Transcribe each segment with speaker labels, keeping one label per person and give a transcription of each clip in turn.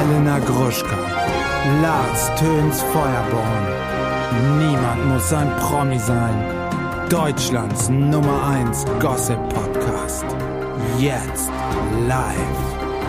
Speaker 1: Elena Gruschka, Lars Töns Feuerborn. Niemand muss ein Promi sein. Deutschlands Nummer 1 Gossip-Podcast. Jetzt live.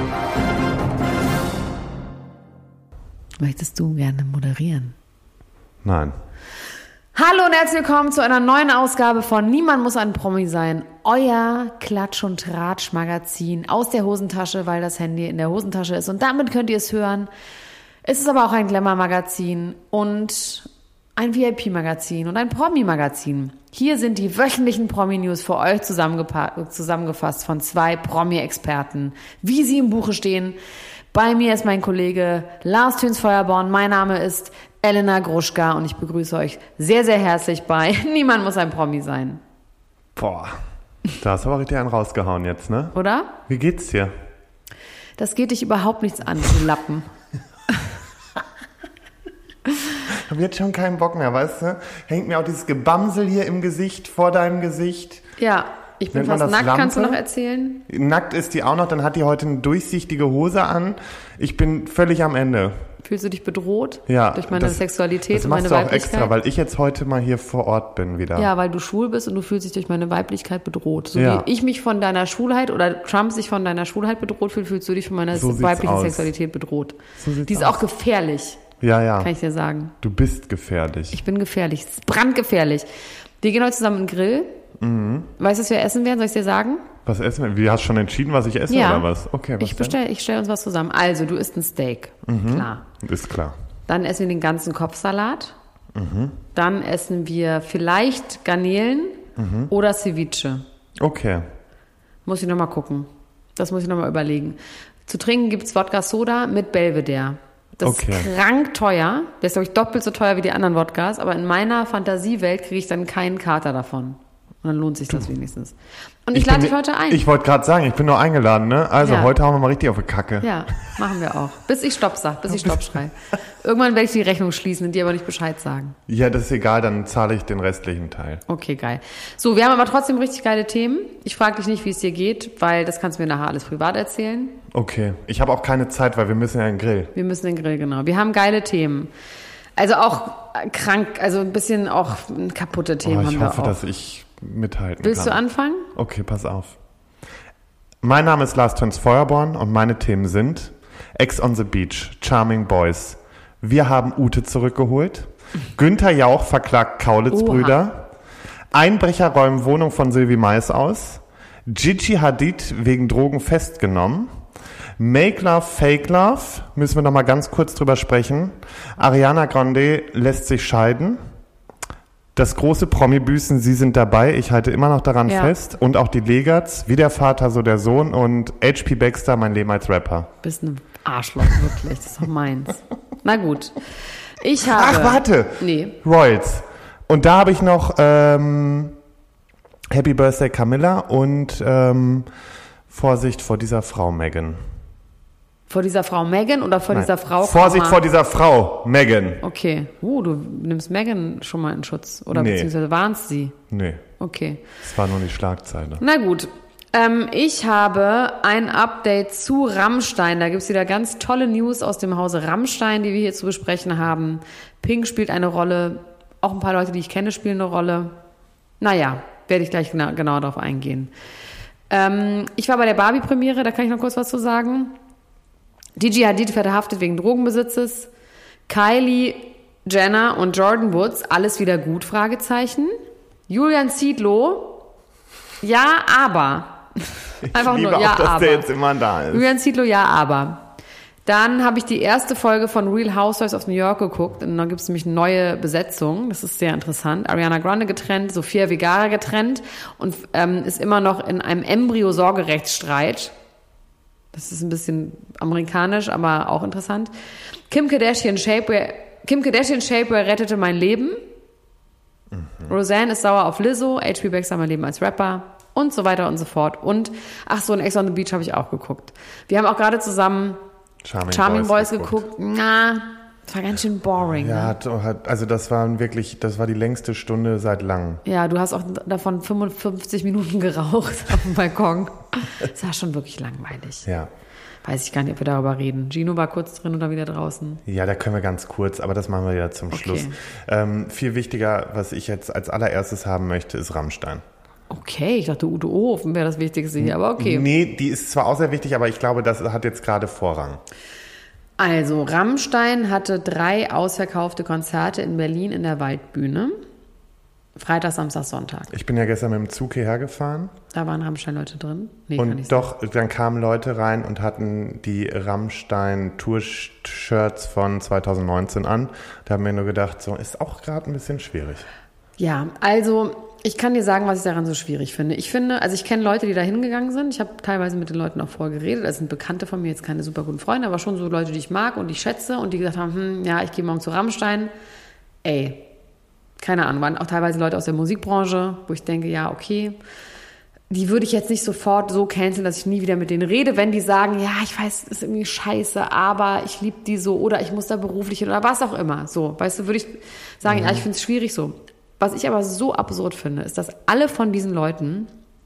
Speaker 2: Möchtest du gerne moderieren?
Speaker 3: Nein.
Speaker 2: Hallo und herzlich willkommen zu einer neuen Ausgabe von Niemand muss ein Promi sein. Euer Klatsch- und Tratsch-Magazin aus der Hosentasche, weil das Handy in der Hosentasche ist. Und damit könnt ihr es hören. Es ist aber auch ein Glamour-Magazin und ein VIP-Magazin und ein Promi-Magazin. Hier sind die wöchentlichen Promi-News für euch zusammengefasst von zwei Promi-Experten, wie sie im Buche stehen. Bei mir ist mein Kollege Lars Töns Feuerborn. Mein Name ist Elena Gruschka und ich begrüße euch sehr, sehr herzlich bei Niemand muss ein Promi sein.
Speaker 3: Boah, da hast du aber richtig einen rausgehauen jetzt, ne?
Speaker 2: Oder?
Speaker 3: Wie geht's dir?
Speaker 2: Das geht dich überhaupt nichts an, du Lappen.
Speaker 3: Ich habe jetzt schon keinen Bock mehr, weißt du? Hängt mir auch dieses Gebamsel hier im Gesicht, vor deinem Gesicht.
Speaker 2: Ja, ich bin fast nackt,
Speaker 3: Lampe?
Speaker 2: Kannst du noch erzählen?
Speaker 3: Nackt ist die auch noch, dann hat die heute eine durchsichtige Hose an. Ich bin völlig am Ende.
Speaker 2: Fühlst du dich bedroht?
Speaker 3: Ja.
Speaker 2: Durch meine Sexualität
Speaker 3: das
Speaker 2: und meine
Speaker 3: machst du auch
Speaker 2: Weiblichkeit?
Speaker 3: extra, weil ich jetzt heute mal hier vor Ort bin wieder.
Speaker 2: Ja, weil du schwul bist und du fühlst dich durch meine Weiblichkeit bedroht. So
Speaker 3: Ja.
Speaker 2: wie ich mich von deiner Schwulheit oder Trump sich von deiner Schwulheit bedroht fühlt, fühlst du dich von meiner
Speaker 3: So sieht's
Speaker 2: weiblichen
Speaker 3: aus.
Speaker 2: Sexualität bedroht.
Speaker 3: So sieht's
Speaker 2: Die ist
Speaker 3: aus.
Speaker 2: auch gefährlich,
Speaker 3: Ja.
Speaker 2: kann ich dir sagen.
Speaker 3: Du bist gefährlich.
Speaker 2: Ich bin gefährlich. Es ist brandgefährlich. Wir gehen heute zusammen in den Grill.
Speaker 3: Mhm.
Speaker 2: Weißt du, was wir essen werden? Soll ich es dir sagen?
Speaker 3: Was essen wir? Wie, hast du schon entschieden, was ich esse
Speaker 2: Ja.
Speaker 3: oder was? Okay, was
Speaker 2: Ich stelle uns was zusammen. Also, du isst ein Steak. Klar.
Speaker 3: Ist klar.
Speaker 2: Dann essen wir den ganzen Kopfsalat. Dann essen wir vielleicht Garnelen oder Ceviche.
Speaker 3: Okay.
Speaker 2: Muss ich nochmal gucken. Das muss ich nochmal überlegen. Zu trinken gibt's Wodka Soda mit Belvedere. Das
Speaker 3: Okay.
Speaker 2: ist krank teuer. Der ist, glaube ich, doppelt so teuer wie die anderen Wodkas. Aber in meiner Fantasiewelt kriege ich dann keinen Kater davon. Und dann lohnt sich das wenigstens. Und ich lade dich heute ein.
Speaker 3: Ich wollte gerade sagen, ich bin nur eingeladen, ne? Also
Speaker 2: Ja.
Speaker 3: heute hauen wir mal richtig auf die Kacke.
Speaker 2: Ja, machen wir auch. Bis ich Stopp sag, bis ich Stopp schrei. Irgendwann werde ich die Rechnung schließen und dir aber nicht Bescheid sagen.
Speaker 3: Ja, das ist egal, dann zahle ich den restlichen Teil.
Speaker 2: Okay, geil. So, wir haben aber trotzdem richtig geile Themen. Ich frage dich nicht, wie es dir geht, weil das kannst du mir nachher alles privat erzählen.
Speaker 3: Okay. Ich habe auch keine Zeit, weil wir müssen ja in den Grill.
Speaker 2: Wir müssen den Grill, genau. Wir haben geile Themen. Also auch krank, also ein bisschen auch kaputte Themen haben
Speaker 3: Ich
Speaker 2: wir
Speaker 3: hoffe,
Speaker 2: auch.
Speaker 3: dass ich mithalten
Speaker 2: Willst
Speaker 3: kann.
Speaker 2: du anfangen?
Speaker 3: Okay, pass auf. Mein Name ist Lars Töns Feuerborn und meine Themen sind Ex on the Beach, Charming Boys. Wir haben Ute zurückgeholt. Günther Jauch verklagt Kaulitz-Brüder. Einbrecher räumen Wohnung von Sylvie Mais aus. Gigi Hadid wegen Drogen festgenommen. Make Love, Fake Love, müssen wir noch mal ganz kurz drüber sprechen. Ariana Grande lässt sich scheiden. Das große Promi-Büßen, Sie sind dabei. Ich halte immer noch daran fest. Und auch die Legerts, wie der Vater, so der Sohn. Und H.P. Baxter, mein Leben als Rapper.
Speaker 2: Bist ein Arschloch, wirklich. Das ist doch meins. Na gut. Ich habe...
Speaker 3: Ach, warte.
Speaker 2: Nee.
Speaker 3: Royals. Und da habe ich noch Happy Birthday Camilla und Vorsicht vor dieser Frau Meghan.
Speaker 2: Vor dieser Frau Meghan oder vor dieser Frau...
Speaker 3: Vorsicht vor dieser Frau Meghan.
Speaker 2: Okay. Du nimmst Meghan schon mal in Schutz. Oder
Speaker 3: Nee.
Speaker 2: beziehungsweise warnst sie.
Speaker 3: Nee,
Speaker 2: Okay.
Speaker 3: das war nur die Schlagzeile.
Speaker 2: Na gut. Ich habe ein Update zu Rammstein. Da gibt's wieder ganz tolle News aus dem Hause Rammstein, die wir hier zu besprechen haben. Pink spielt eine Rolle. Auch ein paar Leute, die ich kenne, spielen eine Rolle. Naja, werde ich gleich genauer darauf eingehen. Ich war bei der Barbie-Premiere, da kann ich noch kurz was zu sagen. Gigi Hadid verhaftet wegen Drogenbesitzes. Kylie Jenner und Jordan Woods, alles wieder gut, Fragezeichen. Julian Zietlow, ja, aber. Einfach
Speaker 3: Ich liebe
Speaker 2: nur,
Speaker 3: auch,
Speaker 2: ja,
Speaker 3: dass
Speaker 2: aber.
Speaker 3: der jetzt immer da ist.
Speaker 2: Julian Zietlow, ja, aber. Dann habe ich die erste Folge von Real Housewives of New York geguckt und dann gibt es nämlich eine neue Besetzung. Das ist sehr interessant. Ariana Grande getrennt, Sofia Vergara getrennt und ist immer noch in einem Embryo-Sorgerechtsstreit. Das ist ein bisschen amerikanisch, aber auch interessant. Kim Kardashian Shapewear rettete mein Leben. Roseanne ist sauer auf Lizzo. H.P. Baxter mein Leben als Rapper. Und so weiter und so fort. Und, ein Ex on the Beach habe ich auch geguckt. Wir haben auch gerade zusammen Charming Boys geguckt. Na, Das war ganz schön boring.
Speaker 3: Ja,
Speaker 2: ne?
Speaker 3: also das war die längste Stunde seit langem.
Speaker 2: Ja, du hast auch davon 55 Minuten geraucht auf dem Balkon. Das war schon wirklich langweilig.
Speaker 3: Ja.
Speaker 2: Weiß ich gar nicht, ob wir darüber reden. Gino war kurz drin oder wieder draußen.
Speaker 3: Ja, da können wir ganz kurz, aber das machen wir ja zum Schluss. Viel wichtiger, was ich jetzt als allererstes haben möchte, ist Rammstein.
Speaker 2: Okay, ich dachte, Ute Ohofen wäre das Wichtigste hier, aber okay.
Speaker 3: Nee, die ist zwar auch sehr wichtig, aber ich glaube, das hat jetzt gerade Vorrang.
Speaker 2: Also, Rammstein hatte 3 ausverkaufte Konzerte in Berlin in der Waldbühne. Freitag, Samstag, Sonntag.
Speaker 3: Ich bin ja gestern mit dem Zug hierher gefahren.
Speaker 2: Da waren Rammstein-Leute drin? Nee, kann ich
Speaker 3: und doch, dann kamen Leute rein und hatten die Rammstein-Tour-Shirts von 2019 an. Da haben wir nur gedacht, so ist auch gerade ein bisschen schwierig.
Speaker 2: Ja, also ich kann dir sagen, was ich daran so schwierig finde. Ich kenne Leute, die da hingegangen sind. Ich habe teilweise mit den Leuten auch vorher geredet. Das sind Bekannte von mir, jetzt keine super guten Freunde, aber schon so Leute, die ich mag und die ich schätze und die gesagt haben, ja, ich gehe morgen zu Rammstein. Ey, keine Ahnung, waren auch teilweise Leute aus der Musikbranche, wo ich denke, ja, okay, die würde ich jetzt nicht sofort so canceln, dass ich nie wieder mit denen rede, wenn die sagen, ja, ich weiß, das ist irgendwie scheiße, aber ich liebe die so oder ich muss da beruflich hin oder was auch immer. So, weißt du, würde ich sagen, ja, ich finde es schwierig so. Was ich aber so absurd finde, ist, dass alle von diesen Leuten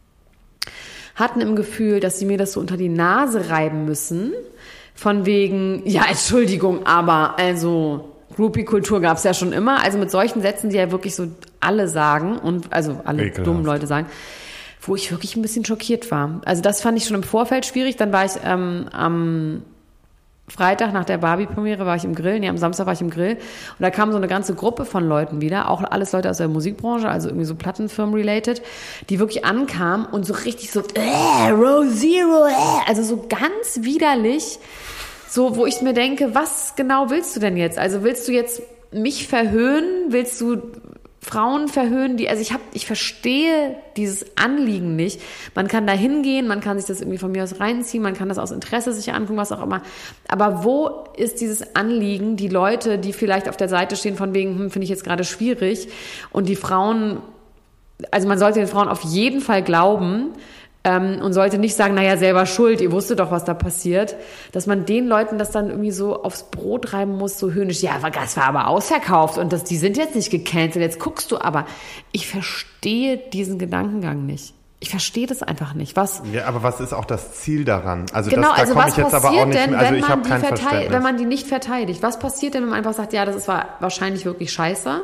Speaker 2: hatten im Gefühl, dass sie mir das so unter die Nase reiben müssen, von wegen, ja, Entschuldigung, aber also Groupie-Kultur gab es ja schon immer, also mit solchen Sätzen, die ja wirklich so alle sagen und also alle
Speaker 3: Ekelhaft.
Speaker 2: Dummen Leute sagen, wo ich wirklich ein bisschen schockiert war. Also das fand ich schon im Vorfeld schwierig, dann war ich am Freitag nach der Barbie-Premiere war ich im Grill, am Samstag war ich im Grill und da kam so eine ganze Gruppe von Leuten wieder, auch alles Leute aus der Musikbranche, also irgendwie so Plattenfirmen-related, die wirklich ankamen und so richtig so Row Zero, also so ganz widerlich, so wo ich mir denke, was genau willst du denn jetzt? Also willst du jetzt mich verhöhnen? Willst du Frauen verhöhnen, ich verstehe dieses Anliegen nicht. Man kann da hingehen, man kann sich das irgendwie von mir aus reinziehen, man kann das aus Interesse sich angucken, was auch immer. Aber wo ist dieses Anliegen, die Leute, die vielleicht auf der Seite stehen von wegen, finde ich jetzt gerade schwierig und die Frauen, also man sollte den Frauen auf jeden Fall glauben, und sollte nicht sagen, naja, selber schuld, ihr wusstet doch, was da passiert, dass man den Leuten das dann irgendwie so aufs Brot reiben muss, so höhnisch, ja, das war aber ausverkauft und die sind jetzt nicht gecancelt, jetzt guckst du, aber ich verstehe diesen Gedankengang nicht. Ich verstehe das einfach nicht.
Speaker 3: Ja, aber was ist auch das Ziel daran? Also
Speaker 2: genau,
Speaker 3: da komme ich jetzt aber auch nicht
Speaker 2: denn,
Speaker 3: mehr, also ich habe kein Verständnis.
Speaker 2: Wenn man die nicht verteidigt, was passiert denn, wenn man einfach sagt, ja, das war wahrscheinlich wirklich scheiße?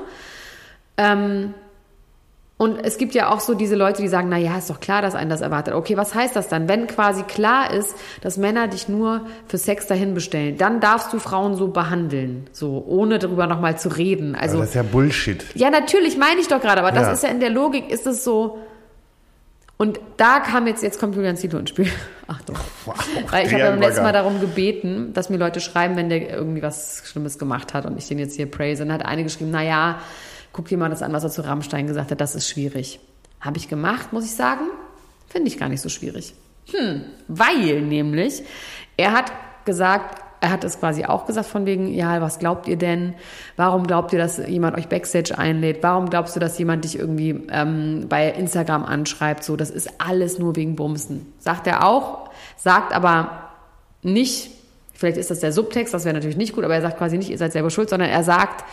Speaker 2: Und es gibt ja auch so diese Leute, die sagen, na ja, ist doch klar, dass einen das erwartet. Okay, was heißt das dann? Wenn quasi klar ist, dass Männer dich nur für Sex dahin bestellen, dann darfst du Frauen so behandeln, so ohne darüber nochmal zu reden. Also
Speaker 3: aber das ist ja Bullshit.
Speaker 2: Ja, natürlich meine ich doch gerade, aber das ist ja in der Logik, ist es so. Und da kam jetzt kommt Julian Zietlow ins Spiel. Achtung.
Speaker 3: Wow,
Speaker 2: weil ich habe ja beim letzten Mal darum gebeten, dass mir Leute schreiben, wenn der irgendwie was Schlimmes gemacht hat und ich den jetzt hier praise. Und dann hat eine geschrieben, na ja, guck dir mal das an, was er zu Rammstein gesagt hat, das ist schwierig. Habe ich gemacht, muss ich sagen. Finde ich gar nicht so schwierig. Weil nämlich, er hat es quasi auch gesagt von wegen, ja, was glaubt ihr denn? Warum glaubt ihr, dass jemand euch Backstage einlädt? Warum glaubst du, dass jemand dich irgendwie bei Instagram anschreibt? So, das ist alles nur wegen Bumsen. Sagt er auch, sagt aber nicht, vielleicht ist das der Subtext, das wäre natürlich nicht gut, aber er sagt quasi nicht, ihr seid selber schuld, sondern er sagt,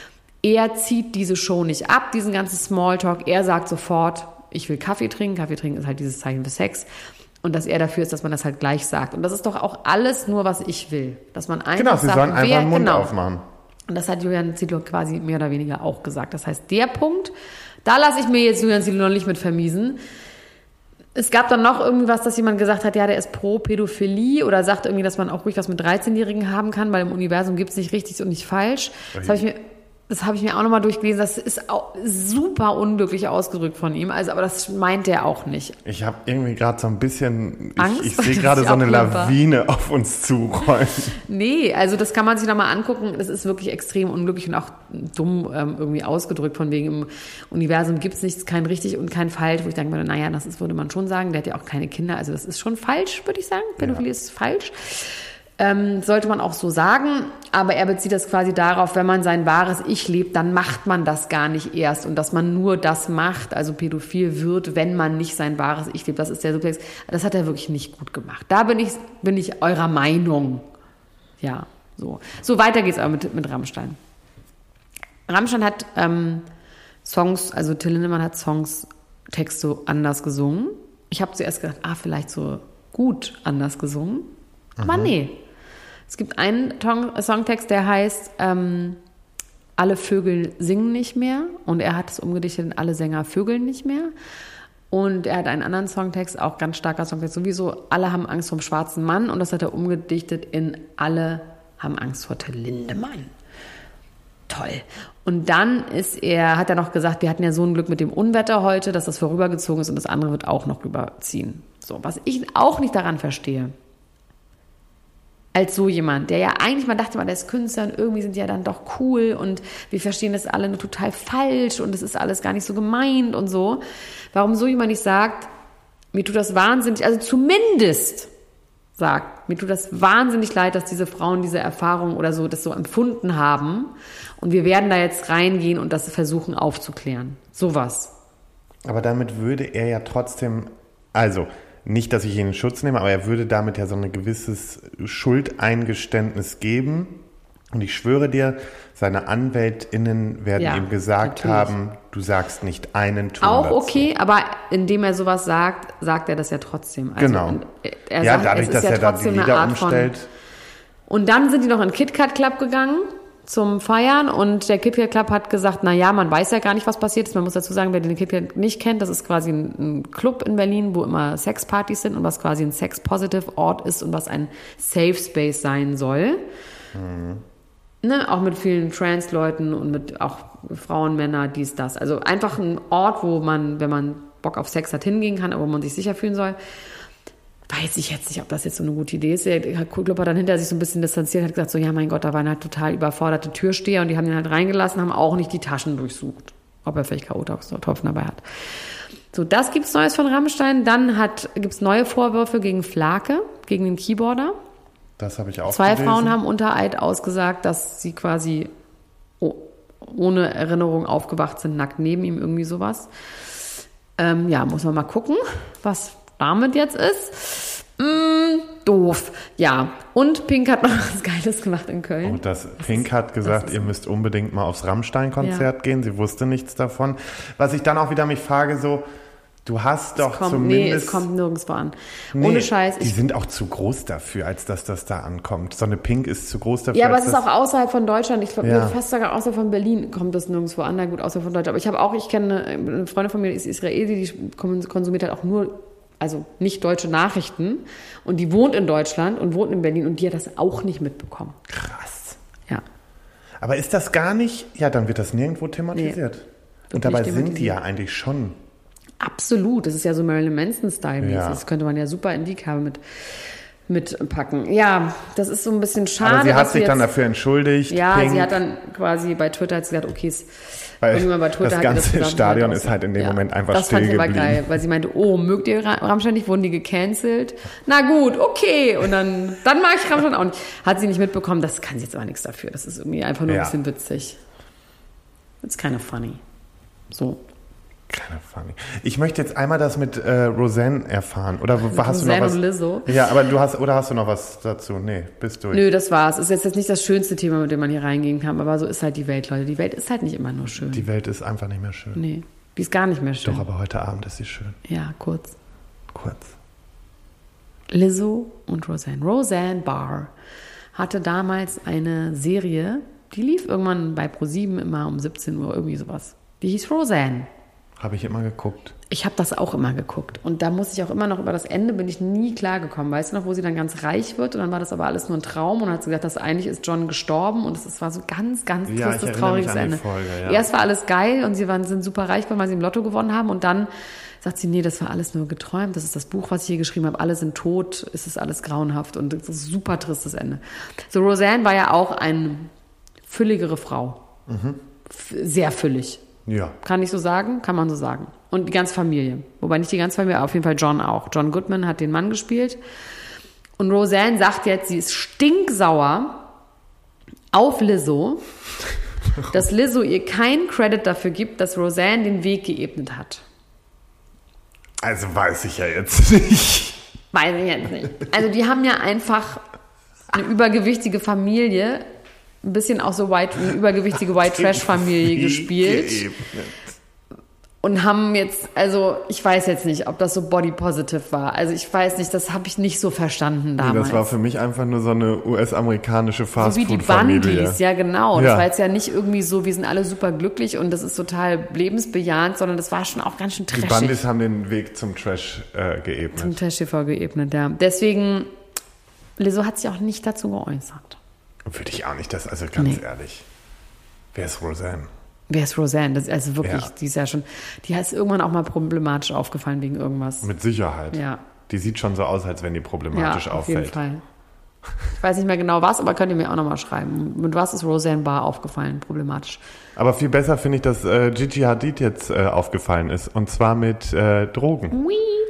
Speaker 2: er zieht diese Show nicht ab, diesen ganzen Smalltalk. Er sagt sofort, ich will Kaffee trinken. Kaffee trinken ist halt dieses Zeichen für Sex. Und dass er dafür ist, dass man das halt gleich sagt. Und das ist doch auch alles nur, was ich will. Dass man einfach
Speaker 3: sie sollen einfach den Mund aufmachen.
Speaker 2: Und das hat Julian Zietlow quasi mehr oder weniger auch gesagt. Das heißt, der Punkt, da lasse ich mir jetzt Julian Zietlow noch nicht mit vermiesen. Es gab dann noch irgendwas, dass jemand gesagt hat, ja, der ist pro Pädophilie oder sagt irgendwie, dass man auch ruhig was mit 13-Jährigen haben kann, weil im Universum gibt es nicht richtig und nicht falsch. Das habe ich mir auch nochmal durchgelesen. Das ist auch super unglücklich ausgedrückt von ihm. Also, aber das meint er auch nicht. Ich
Speaker 3: habe irgendwie gerade so ein bisschen
Speaker 2: Angst.
Speaker 3: Ich sehe gerade so eine Lawine auf uns zurollen.
Speaker 2: Nee, also das kann man sich nochmal angucken. Das ist wirklich extrem unglücklich und auch dumm irgendwie ausgedrückt. Von wegen im Universum gibt es nichts, kein richtig und kein falsch. Wo ich denke, naja, würde man schon sagen. Der hat ja auch keine Kinder. Also das ist schon falsch, würde ich sagen. Pädophilie ist falsch. Sollte man auch so sagen, aber er bezieht das quasi darauf, wenn man sein wahres Ich lebt, dann macht man das gar nicht erst und dass man nur das macht, also pädophil wird, wenn man nicht sein wahres Ich lebt. Das ist der Subtext. Das hat er wirklich nicht gut gemacht. Da bin ich eurer Meinung. Ja. So weiter geht's aber mit Rammstein. Rammstein hat Songs, also Till Lindemann hat Texte anders gesungen. Ich habe zuerst gedacht, vielleicht so gut anders gesungen. Aber nee. Es gibt einen Songtext, der heißt Alle Vögel singen nicht mehr. Und er hat es umgedichtet in Alle Sänger vögeln nicht mehr. Und er hat einen anderen Songtext, auch ganz starker Songtext, sowieso Alle haben Angst vor dem schwarzen Mann. Und das hat er umgedichtet in Alle haben Angst vor Till Lindemann. Toll. Und dann hat er noch gesagt, wir hatten ja so ein Glück mit dem Unwetter heute, dass das vorübergezogen ist und das andere wird auch noch rüberziehen. So, was ich auch nicht daran verstehe, als so jemand, der ja eigentlich, man dachte mal, der ist Künstler und irgendwie sind die ja dann doch cool und wir verstehen das alle nur total falsch und es ist alles gar nicht so gemeint und so. Warum so jemand nicht sagt, mir tut das wahnsinnig, also zumindest sagt, mir tut das wahnsinnig leid, dass diese Frauen diese Erfahrung oder so das so empfunden haben und wir werden da jetzt reingehen und das versuchen aufzuklären. Sowas.
Speaker 3: Aber damit würde er ja trotzdem, also nicht, dass ich ihn in Schutz nehme, aber er würde damit ja so ein gewisses Schuldeingeständnis geben. Und ich schwöre dir, seine AnwältInnen werden ihm gesagt haben, du sagst nicht einen Ton
Speaker 2: auch
Speaker 3: dazu.
Speaker 2: Okay, aber indem er sowas sagt, sagt er das ja trotzdem. Also
Speaker 3: genau.
Speaker 2: Er sagt,
Speaker 3: dadurch, dass er dann die Lieder umstellt.
Speaker 2: Und dann sind die noch in den KitKat Club gegangen zum Feiern und der KitKat Club hat gesagt, man weiß ja gar nicht, was passiert ist. Man muss dazu sagen, wer den KitKat nicht kennt, das ist quasi ein Club in Berlin, wo immer Sexpartys sind und was quasi ein Sex-Positive-Ort ist und was ein Safe Space sein soll. Ne, auch mit vielen Trans-Leuten und mit auch Frauen, Männer, dies, das. Also einfach ein Ort, wo man, wenn man Bock auf Sex hat, hingehen kann, aber wo man sich sicher fühlen soll. Weiß ich jetzt nicht, ob das jetzt so eine gute Idee ist. Der Club hat dann hinter sich so ein bisschen distanziert, hat gesagt so, ja mein Gott, da waren halt total überforderte Türsteher und die haben den halt reingelassen, haben auch nicht die Taschen durchsucht, ob er vielleicht K.O.-Tropfen dabei hat. So, das gibt's Neues von Rammstein. Dann gibt's neue Vorwürfe gegen Flake, gegen den Keyboarder.
Speaker 3: Das habe ich auch
Speaker 2: 2
Speaker 3: gelesen.
Speaker 2: Frauen haben unter Eid ausgesagt, dass sie quasi ohne Erinnerung aufgewacht sind, nackt neben ihm, irgendwie sowas. Muss man mal gucken, was damit jetzt ist. Doof. Ja, und Pink hat noch was Geiles gemacht in Köln.
Speaker 3: Pink hat gesagt, ihr müsst unbedingt mal aufs Rammstein-Konzert gehen. Sie wusste nichts davon. Was ich dann auch wieder mich frage, so, du hast doch zumindest... Nee,
Speaker 2: es kommt nirgendwo an. Ohne Scheiß.
Speaker 3: Die sind auch zu groß dafür, als dass das da ankommt. So eine Pink ist zu groß dafür.
Speaker 2: Ja, aber es ist auch außerhalb von Deutschland. Ich glaube, fast sogar außerhalb von Berlin kommt das nirgendwo an. Na gut, außerhalb von Deutschland. Aber ich kenne eine Freundin von mir, die ist Israeli, die konsumiert halt auch nur, also nicht deutsche Nachrichten. Und die wohnt in Deutschland und wohnt in Berlin und die hat das auch nicht mitbekommen.
Speaker 3: Krass.
Speaker 2: Ja.
Speaker 3: Aber ist das gar nicht... Ja, dann wird das nirgendwo thematisiert. Nee, und dabei sind die ja eigentlich schon...
Speaker 2: Absolut, das ist ja so Marilyn Manson-Style-mäßig. Ja. Das könnte man ja super in die Kerbe mitpacken. Ja, das ist so ein bisschen schade.
Speaker 3: Aber sie hat sich dann dafür entschuldigt.
Speaker 2: Ja,
Speaker 3: Pink.
Speaker 2: Sie hat dann quasi bei Twitter gesagt, okay,
Speaker 3: weil bei Twitter das ganze Stadion ist halt in dem Moment einfach still geblieben. Das fand ich aber geil,
Speaker 2: weil sie meinte, mögt ihr Rammstein nicht? Wurden die gecancelt? Na gut, okay. Und dann mag ich Rammstein auch nicht. Hat sie nicht mitbekommen, das kann sie jetzt aber nichts dafür. Das ist irgendwie einfach nur ein bisschen witzig. It's kind of funny. So.
Speaker 3: Keine Funny. Ich möchte jetzt einmal das mit Roseanne erfahren. Oder hast du noch was?
Speaker 2: Und Lizzo.
Speaker 3: Ja, aber hast du noch was dazu? Nee, bist durch.
Speaker 2: Nö, das war's. Ist jetzt nicht das schönste Thema, mit dem man hier reingehen kann, aber so ist halt die Welt, Leute. Die Welt ist halt nicht immer nur schön.
Speaker 3: Die Welt ist einfach nicht mehr schön.
Speaker 2: Nee, die ist gar nicht mehr schön.
Speaker 3: Doch, aber heute Abend ist sie schön.
Speaker 2: Ja, kurz.
Speaker 3: Kurz.
Speaker 2: Lizzo und Roseanne. Roseanne Barr hatte damals eine Serie, die lief irgendwann bei ProSieben immer um 17 Uhr, irgendwie sowas. Die hieß Roseanne.
Speaker 3: Habe ich immer geguckt.
Speaker 2: Ich habe das auch immer geguckt. Und da muss ich auch immer noch, über das Ende bin ich nie klargekommen. Weißt du noch, wo sie dann ganz reich wird? Und dann war das aber alles nur ein Traum. Und dann hat sie gesagt, dass eigentlich ist John gestorben. Und es war so ganz, ganz tristes, trauriges Ende. Folge, ja. Erst war alles geil und sind super reich geworden, weil sie im Lotto gewonnen haben. Und dann sagt sie, nee, das war alles nur geträumt. Das ist das Buch, was ich hier geschrieben habe. Alle sind tot. Es ist alles grauenhaft. Und das ist ein super tristes Ende. So, Roseanne war ja auch eine fülligere Frau. Sehr füllig.
Speaker 3: Ja.
Speaker 2: Kann ich so sagen? Kann man so sagen. Und die ganze Familie. Wobei nicht die ganze Familie, auf jeden Fall John auch. John Goodman hat den Mann gespielt. Und Roseanne sagt jetzt, sie ist stinksauer auf Lizzo, dass Lizzo ihr keinen Credit dafür gibt, dass Roseanne den Weg geebnet hat.
Speaker 3: Also weiß ich ja jetzt nicht.
Speaker 2: Weiß ich jetzt nicht. Also die haben ja einfach eine übergewichtige Familie, ein bisschen auch so eine übergewichtige White-Trash-Familie gespielt. Und haben jetzt, also ich weiß jetzt nicht, ob das so body-positive war. Also ich weiß nicht, das habe ich nicht so verstanden damals.
Speaker 3: Nee, das war für mich einfach nur so eine US-amerikanische Fast-Food-Familie.
Speaker 2: So wie die Bundys, ja genau. Das war jetzt ja nicht irgendwie so, wir sind alle super glücklich und das ist total lebensbejahend, sondern das war schon auch ganz schön trashig.
Speaker 3: Die Bundys haben den Weg zum Trash geebnet.
Speaker 2: Zum Trash-TV geebnet, ja. Deswegen, Lizzo hat sich auch nicht dazu geäußert.
Speaker 3: Würde ich auch nicht, also ganz ehrlich. Wer ist Roseanne?
Speaker 2: Wer ist Roseanne? Das ist also wirklich, die ist ja schon, die ist irgendwann auch mal problematisch aufgefallen wegen irgendwas.
Speaker 3: Mit Sicherheit.
Speaker 2: Ja.
Speaker 3: Die sieht schon so aus, als wenn die problematisch
Speaker 2: auf
Speaker 3: auffällt.
Speaker 2: Jeden Fall. Ich weiß nicht mehr genau was, aber könnt ihr mir auch nochmal schreiben. Mit was ist Roseanne Barr aufgefallen, problematisch?
Speaker 3: Aber viel besser finde ich, dass Gigi Hadid jetzt aufgefallen ist. Und zwar mit Drogen.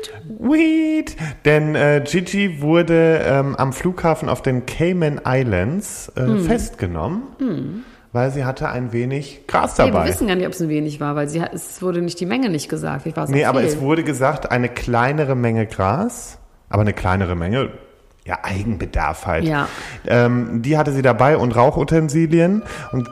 Speaker 3: Weed! Denn Gigi wurde am Flughafen auf den Cayman Islands festgenommen. Weil sie hatte ein wenig Gras dabei.
Speaker 2: Wir wissen gar nicht, ob es ein wenig war, weil es wurde nicht die Menge nicht gesagt.
Speaker 3: Aber es wurde gesagt, eine kleinere Menge Gras, aber eine kleinere Menge, ja, Eigenbedarf halt.
Speaker 2: Ja.
Speaker 3: Die hatte sie dabei und Rauchutensilien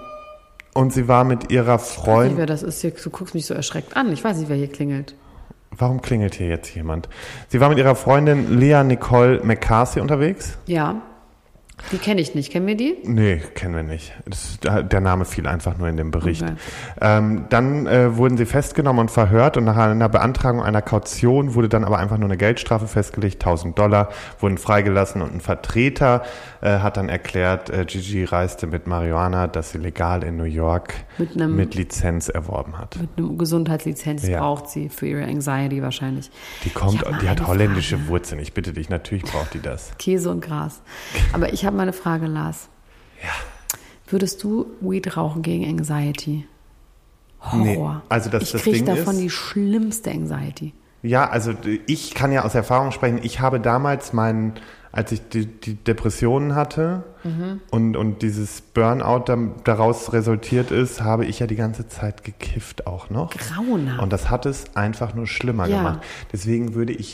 Speaker 3: und sie war mit ihrer Freundin...
Speaker 2: Ich weiß nicht, wer das ist hier, du guckst mich so erschreckt an. Ich weiß nicht, wer hier klingelt.
Speaker 3: Warum klingelt hier jetzt jemand? Sie war mit ihrer Freundin Lea Nicole McCarthy unterwegs.
Speaker 2: Ja. Die kenne ich nicht. Kennen wir die?
Speaker 3: Nee, kennen wir nicht. Der Name fiel einfach nur in dem Bericht.
Speaker 2: Okay.
Speaker 3: Dann wurden sie festgenommen und verhört und nach einer Beantragung einer Kaution wurde dann aber einfach nur eine Geldstrafe festgelegt, $1.000, wurden freigelassen und ein Vertreter hat dann erklärt, Gigi reiste mit Marihuana, das sie legal in New York mit Lizenz erworben hat.
Speaker 2: Mit einer Gesundheitslizenz braucht sie für ihre Anxiety wahrscheinlich.
Speaker 3: Die hat holländische Wurzeln. Ich bitte dich, natürlich braucht die das.
Speaker 2: Käse und Gras. Aber ich habe mal eine Frage, Lars.
Speaker 3: Ja.
Speaker 2: Würdest du Weed rauchen gegen Anxiety? Horror.
Speaker 3: Nee, also
Speaker 2: ich kriege davon die schlimmste Anxiety.
Speaker 3: Ja, also ich kann ja aus Erfahrung sprechen. Ich habe damals als ich die Depressionen hatte und dieses Burnout daraus resultiert ist, habe ich ja die ganze Zeit gekifft auch noch.
Speaker 2: Grauenhaft.
Speaker 3: Und das hat es einfach nur schlimmer gemacht. Deswegen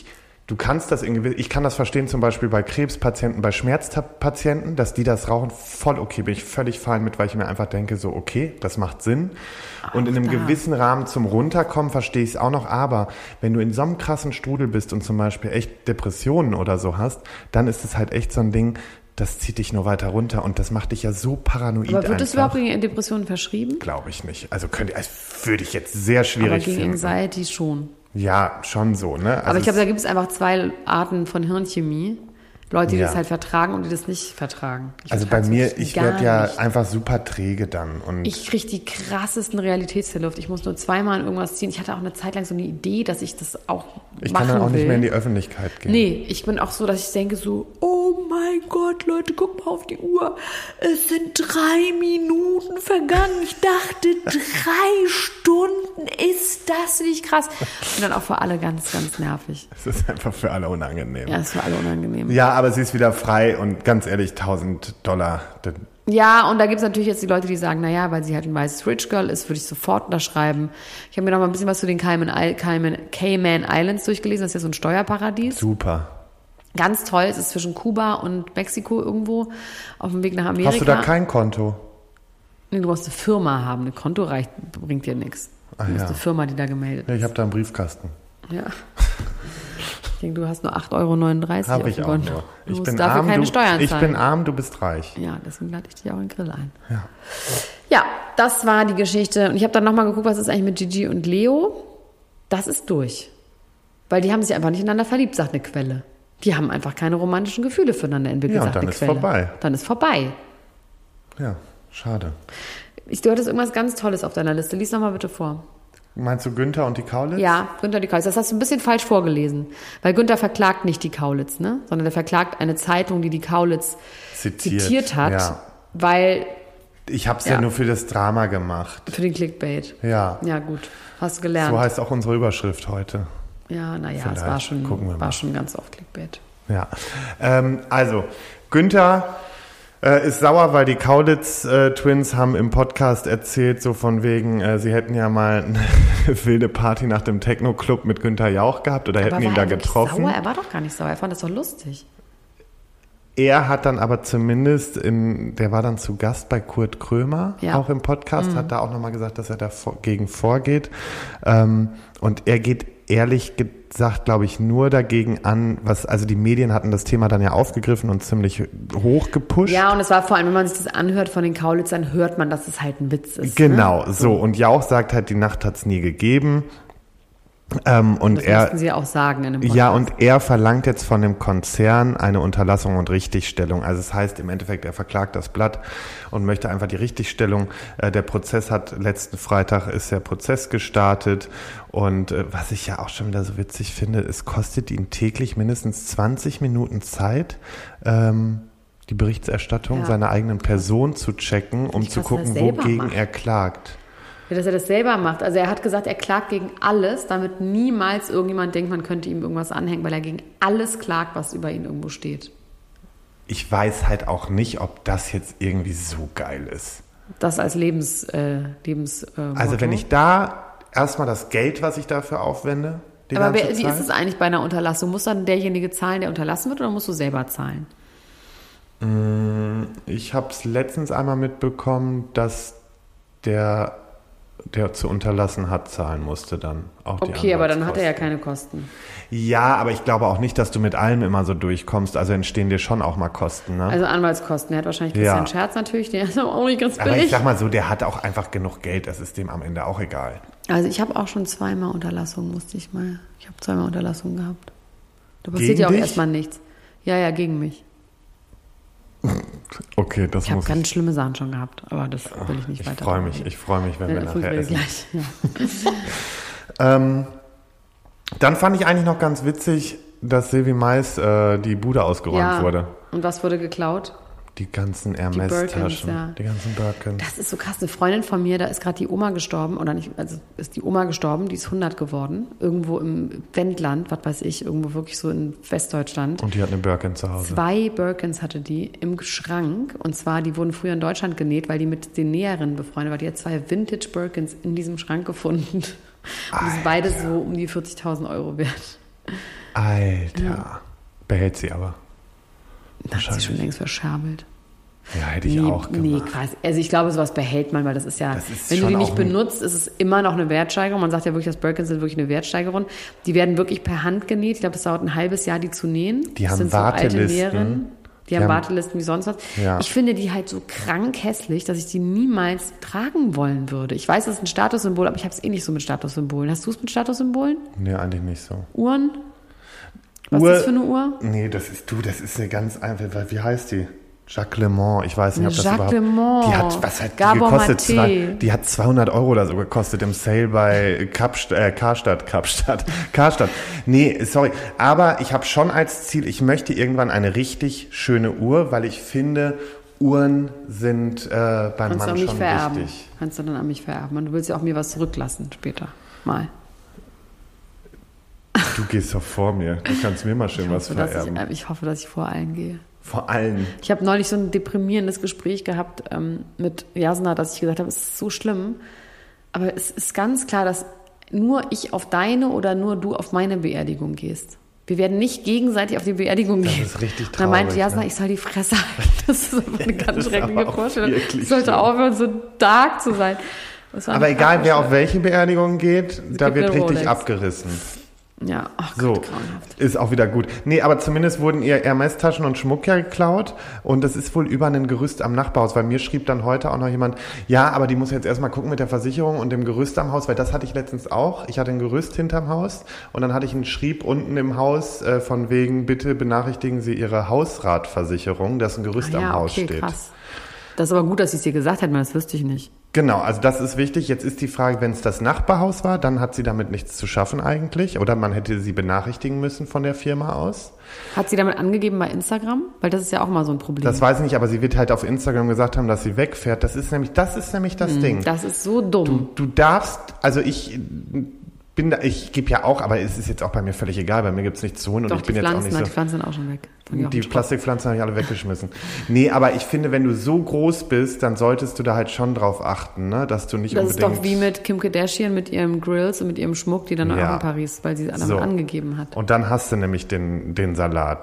Speaker 3: ich kann das verstehen, zum Beispiel bei Krebspatienten, bei Schmerzpatienten, dass die das rauchen, voll okay, bin ich völlig fein mit, weil ich mir einfach denke, so okay, das macht Sinn. Und in einem gewissen Rahmen zum Runterkommen verstehe ich es auch noch, aber wenn du in so einem krassen Strudel bist und zum Beispiel echt Depressionen oder so hast, dann ist es halt echt so ein Ding, das zieht dich nur weiter runter und das macht dich ja so paranoid.
Speaker 2: Aber wird es überhaupt gegen Depressionen verschrieben?
Speaker 3: Glaube ich nicht. Also würde ich jetzt sehr schwierig finden.
Speaker 2: Aber gegen Anxiety schon.
Speaker 3: Ja, schon so, ne? Also
Speaker 2: aber ich glaube, da gibt es einfach zwei Arten von Hirnchemie. Leute, die das halt vertragen und die das nicht vertragen.
Speaker 3: Also bei mir, ich werde ja einfach super träge dann. Und
Speaker 2: ich kriege die krassesten Realitätsverlust. Ich muss nur zweimal in irgendwas ziehen. Ich hatte auch eine Zeit lang so eine Idee, dass ich das auch machen will.
Speaker 3: Ich kann dann auch nicht mehr in die Öffentlichkeit gehen.
Speaker 2: Nee, ich bin auch so, dass ich denke so, oh mein Gott, Leute, guck mal auf die Uhr. Es sind 3 Minuten vergangen. Ich dachte, 3 Stunden, ist das nicht krass? Und dann auch für alle ganz, ganz nervig.
Speaker 3: Es ist einfach für alle unangenehm.
Speaker 2: Ja, es ist für alle unangenehm.
Speaker 3: Ja, aber sie ist wieder frei und ganz ehrlich, $1.000.
Speaker 2: Ja, und da gibt es natürlich jetzt die Leute, die sagen, naja, weil sie halt ein weißes Rich Girl ist, würde ich sofort unterschreiben. Ich habe mir noch mal ein bisschen was zu den Cayman Islands durchgelesen. Das ist ja so ein Steuerparadies.
Speaker 3: Super.
Speaker 2: Ganz toll. Es ist zwischen Kuba und Mexiko irgendwo auf dem Weg nach Amerika.
Speaker 3: Hast du da kein Konto?
Speaker 2: Nee, du musst eine Firma haben. Ein Konto bringt dir nichts. Du musst eine Firma, die da gemeldet ist.
Speaker 3: Ja, ich habe da einen Briefkasten.
Speaker 2: Ja. Ich denke, du hast nur 8,39 €
Speaker 3: Habe ich auch
Speaker 2: Konto.
Speaker 3: nur.
Speaker 2: Du musst dafür keine Steuern zahlen.
Speaker 3: Ich bin arm, du bist reich.
Speaker 2: Ja, deswegen lade ich dich auch in den Grill ein.
Speaker 3: Ja.
Speaker 2: Ja, das war die Geschichte. Und ich habe dann nochmal geguckt, was ist eigentlich mit Gigi und Leo. Das ist durch. Weil die haben sich einfach nicht ineinander verliebt, sagt eine Quelle. Die haben einfach keine romantischen Gefühle füreinander entwickelt, sagt eine Quelle. Dann ist vorbei.
Speaker 3: Ja, schade.
Speaker 2: Du hattest irgendwas ganz Tolles auf deiner Liste. Lies nochmal bitte vor.
Speaker 3: Meinst du Günther und die Kaulitz?
Speaker 2: Ja, Günther und die Kaulitz. Das hast du ein bisschen falsch vorgelesen. Weil Günther verklagt nicht die Kaulitz, ne? Sondern er verklagt eine Zeitung, die Kaulitz zitiert hat. Ja. Weil...
Speaker 3: Ich habe es ja nur für das Drama gemacht.
Speaker 2: Für den Clickbait.
Speaker 3: Ja.
Speaker 2: Ja, gut. Hast du gelernt.
Speaker 3: So heißt auch unsere Überschrift heute.
Speaker 2: Ja, naja, es war schon ganz oft Clickbait.
Speaker 3: Ja. Also, Günther... ist sauer, weil die Kaulitz-Twins haben im Podcast erzählt, so von wegen, sie hätten ja mal eine wilde Party nach dem Techno-Club mit Günther Jauch gehabt oder hätten ihn da getroffen.
Speaker 2: Sauer? Er war doch gar nicht sauer, er fand das doch lustig.
Speaker 3: Er hat dann aber zumindest, der war dann zu Gast bei Kurt Krömer, auch im Podcast, hat da auch nochmal gesagt, dass er dagegen vorgeht. Und er geht ehrlich gesagt, glaube ich, nur dagegen an, also die Medien hatten das Thema dann ja aufgegriffen und ziemlich hoch gepusht.
Speaker 2: Ja, und es war vor allem, wenn man sich das anhört von den Kaulitzern, hört man, dass es halt ein Witz ist.
Speaker 3: Genau,
Speaker 2: ne?
Speaker 3: so. Und Jauch sagt halt, die Nacht hat es nie gegeben. Und
Speaker 2: das mussten sie ja auch sagen in dem Podcast.
Speaker 3: Ja, und er verlangt jetzt von dem Konzern eine Unterlassung und Richtigstellung. Also es heißt im Endeffekt, er verklagt das Blatt und möchte einfach die Richtigstellung. Der Prozess letzten Freitag ist der Prozess gestartet. Und was ich ja auch schon wieder so witzig finde, es kostet ihn täglich mindestens 20 Minuten Zeit, die Berichterstattung seiner eigenen Person zu checken, um zu gucken, wogegen er klagt.
Speaker 2: Ja, dass er das selber macht. Also er hat gesagt, er klagt gegen alles, damit niemals irgendjemand denkt, man könnte ihm irgendwas anhängen, weil er gegen alles klagt, was über ihn irgendwo steht.
Speaker 3: Ich weiß halt auch nicht, ob das jetzt irgendwie so geil ist.
Speaker 2: Das als
Speaker 3: Also wenn ich da erstmal das Geld, was ich dafür aufwende,
Speaker 2: aber wie ist es eigentlich bei einer Unterlassung? Muss dann derjenige zahlen, der unterlassen wird, oder musst du selber zahlen?
Speaker 3: Ich habe es letztens einmal mitbekommen, dass der zu unterlassen hat, zahlen musste dann. Auch die
Speaker 2: okay, aber dann hat er ja keine Kosten.
Speaker 3: Ja, aber ich glaube auch nicht, dass du mit allem immer so durchkommst. Also entstehen dir schon auch mal Kosten, ne?
Speaker 2: Also Anwaltskosten. Er hat wahrscheinlich Christian Scherz natürlich, der ist auch nicht ganz billig.
Speaker 3: Aber ich sag mal so, der hat auch einfach genug Geld. Das ist dem am Ende auch egal.
Speaker 2: Also ich habe auch schon zweimal Unterlassung, Ich habe zweimal Unterlassung gehabt. Da passiert ja auch erstmal nichts. Ja, gegen mich.
Speaker 3: Okay, das
Speaker 2: ich habe ganz schlimme Sachen schon gehabt, aber das will ich nicht weiter.
Speaker 3: Ich freue mich, wenn wir nachher essen.
Speaker 2: Gleich,
Speaker 3: Dann fand ich eigentlich noch ganz witzig, dass Sylvie Mais die Bude ausgeräumt wurde.
Speaker 2: Und was wurde geklaut?
Speaker 3: Die ganzen Hermes-Taschen, die ganzen Birkins.
Speaker 2: Das ist so krass. Eine Freundin von mir, da ist gerade die Oma gestorben, oder nicht, also ist die Oma gestorben, die ist 100 geworden, irgendwo im Wendland, was weiß ich, irgendwo wirklich so in Westdeutschland.
Speaker 3: Und die hat eine Birkin zu Hause.
Speaker 2: 2 Birkins hatte die im Schrank, und zwar, die wurden früher in Deutschland genäht, weil die mit den Näherinnen befreundet war. Die hat 2 Vintage Birkins in diesem Schrank gefunden. Und die sind beide so um die 40.000 Euro wert.
Speaker 3: Alter. Ja. Behält sie aber.
Speaker 2: Das hat sie schon längst verscherbelt.
Speaker 3: Ja, hätte ich auch gemacht.
Speaker 2: Nee, quasi. Also ich glaube, sowas behält man, weil das ist ja, wenn du die nicht benutzt, ist es immer noch eine Wertsteigerung. Man sagt ja wirklich, dass Birkins sind wirklich eine Wertsteigerung. Die werden wirklich per Hand genäht. Ich glaube, es dauert ein halbes Jahr, die zu nähen.
Speaker 3: Die haben Wartelisten.
Speaker 2: Die haben Wartelisten wie sonst was.
Speaker 3: Ja.
Speaker 2: Ich finde die halt so krank hässlich, dass ich die niemals tragen wollen würde. Ich weiß, das ist ein Statussymbol, aber ich habe es eh nicht so mit Statussymbolen. Hast du es mit Statussymbolen?
Speaker 3: Nee, eigentlich nicht so.
Speaker 2: Uhren? Was ist das für eine Uhr?
Speaker 3: Nee, das ist eine ganz einfache, wie heißt die? Jacques Le Mans, ich weiß nicht, ob das
Speaker 2: Jacques Le Mans.
Speaker 3: Die hat, was hat die gekostet? Die hat 200 Euro oder so gekostet im Sale bei Karstadt. Nee, sorry. Aber ich habe schon als Ziel, ich möchte irgendwann eine richtig schöne Uhr, weil ich finde, Uhren sind beim Mann schon wichtig.
Speaker 2: Kannst du dann an mich vererben. Und du willst ja auch mir was zurücklassen später. Mal.
Speaker 3: Du gehst doch vor mir. Du kannst mir mal schön was vererben.
Speaker 2: Ich hoffe, dass ich vor allen gehe.
Speaker 3: Vor allen.
Speaker 2: Ich habe neulich so ein deprimierendes Gespräch gehabt mit Jasna, dass ich gesagt habe, es ist so schlimm. Aber es ist ganz klar, dass nur ich auf deine oder nur du auf meine Beerdigung gehst. Wir werden nicht gegenseitig auf die Beerdigung gehen.
Speaker 3: Das ist richtig traurig.
Speaker 2: Und dann meinte Jasna, ich soll die Fresse halten. Das ist eine ganz schreckliche Vorstellung. Ich sollte aufhören, so dark zu sein.
Speaker 3: Aber egal, wer auf welche Beerdigung geht, da wird richtig Rolex abgerissen.
Speaker 2: Ja, ach Gott,
Speaker 3: so,
Speaker 2: grauenhaft.
Speaker 3: Ist auch wieder gut. Nee, aber zumindest wurden ihr Hermes-Taschen und Schmuck ja geklaut und das ist wohl über ein Gerüst am Nachbarhaus, weil mir schrieb dann heute auch noch jemand, ja, aber die muss jetzt erstmal gucken mit der Versicherung und dem Gerüst am Haus, weil das hatte ich letztens auch. Ich hatte ein Gerüst hinterm Haus und dann hatte ich einen Schrieb unten im Haus von wegen, bitte benachrichtigen Sie Ihre Hausratversicherung, dass ein Gerüst am Haus steht. Krass.
Speaker 2: Das ist aber gut, dass Sie es dir gesagt hätten, weil das wüsste ich nicht.
Speaker 3: Genau, also das ist wichtig. Jetzt ist die Frage, wenn es das Nachbarhaus war, dann hat sie damit nichts zu schaffen eigentlich. Oder man hätte sie benachrichtigen müssen von der Firma aus.
Speaker 2: Hat sie damit angegeben bei Instagram? Weil das ist ja auch mal so ein Problem.
Speaker 3: Das weiß ich nicht, aber sie wird halt auf Instagram gesagt haben, dass sie wegfährt. Das ist nämlich das Ding.
Speaker 2: Das ist so dumm.
Speaker 3: Du darfst, also ich gebe ja auch, aber es ist jetzt auch bei mir völlig egal, bei mir gibt es nichts zu holen und
Speaker 2: doch,
Speaker 3: ich bin jetzt auch nicht so.
Speaker 2: Die Pflanzen sind auch schon weg.
Speaker 3: Die Plastikpflanzen habe ich alle weggeschmissen. Nee, aber ich finde, wenn du so groß bist, dann solltest du da halt schon drauf achten, ne? Dass du nicht unbedingt...
Speaker 2: Das ist doch wie mit Kim Kardashian, mit ihrem Grills und mit ihrem Schmuck, die dann auch in Paris, weil sie damit angegeben hat.
Speaker 3: Und dann hast du nämlich den Salat.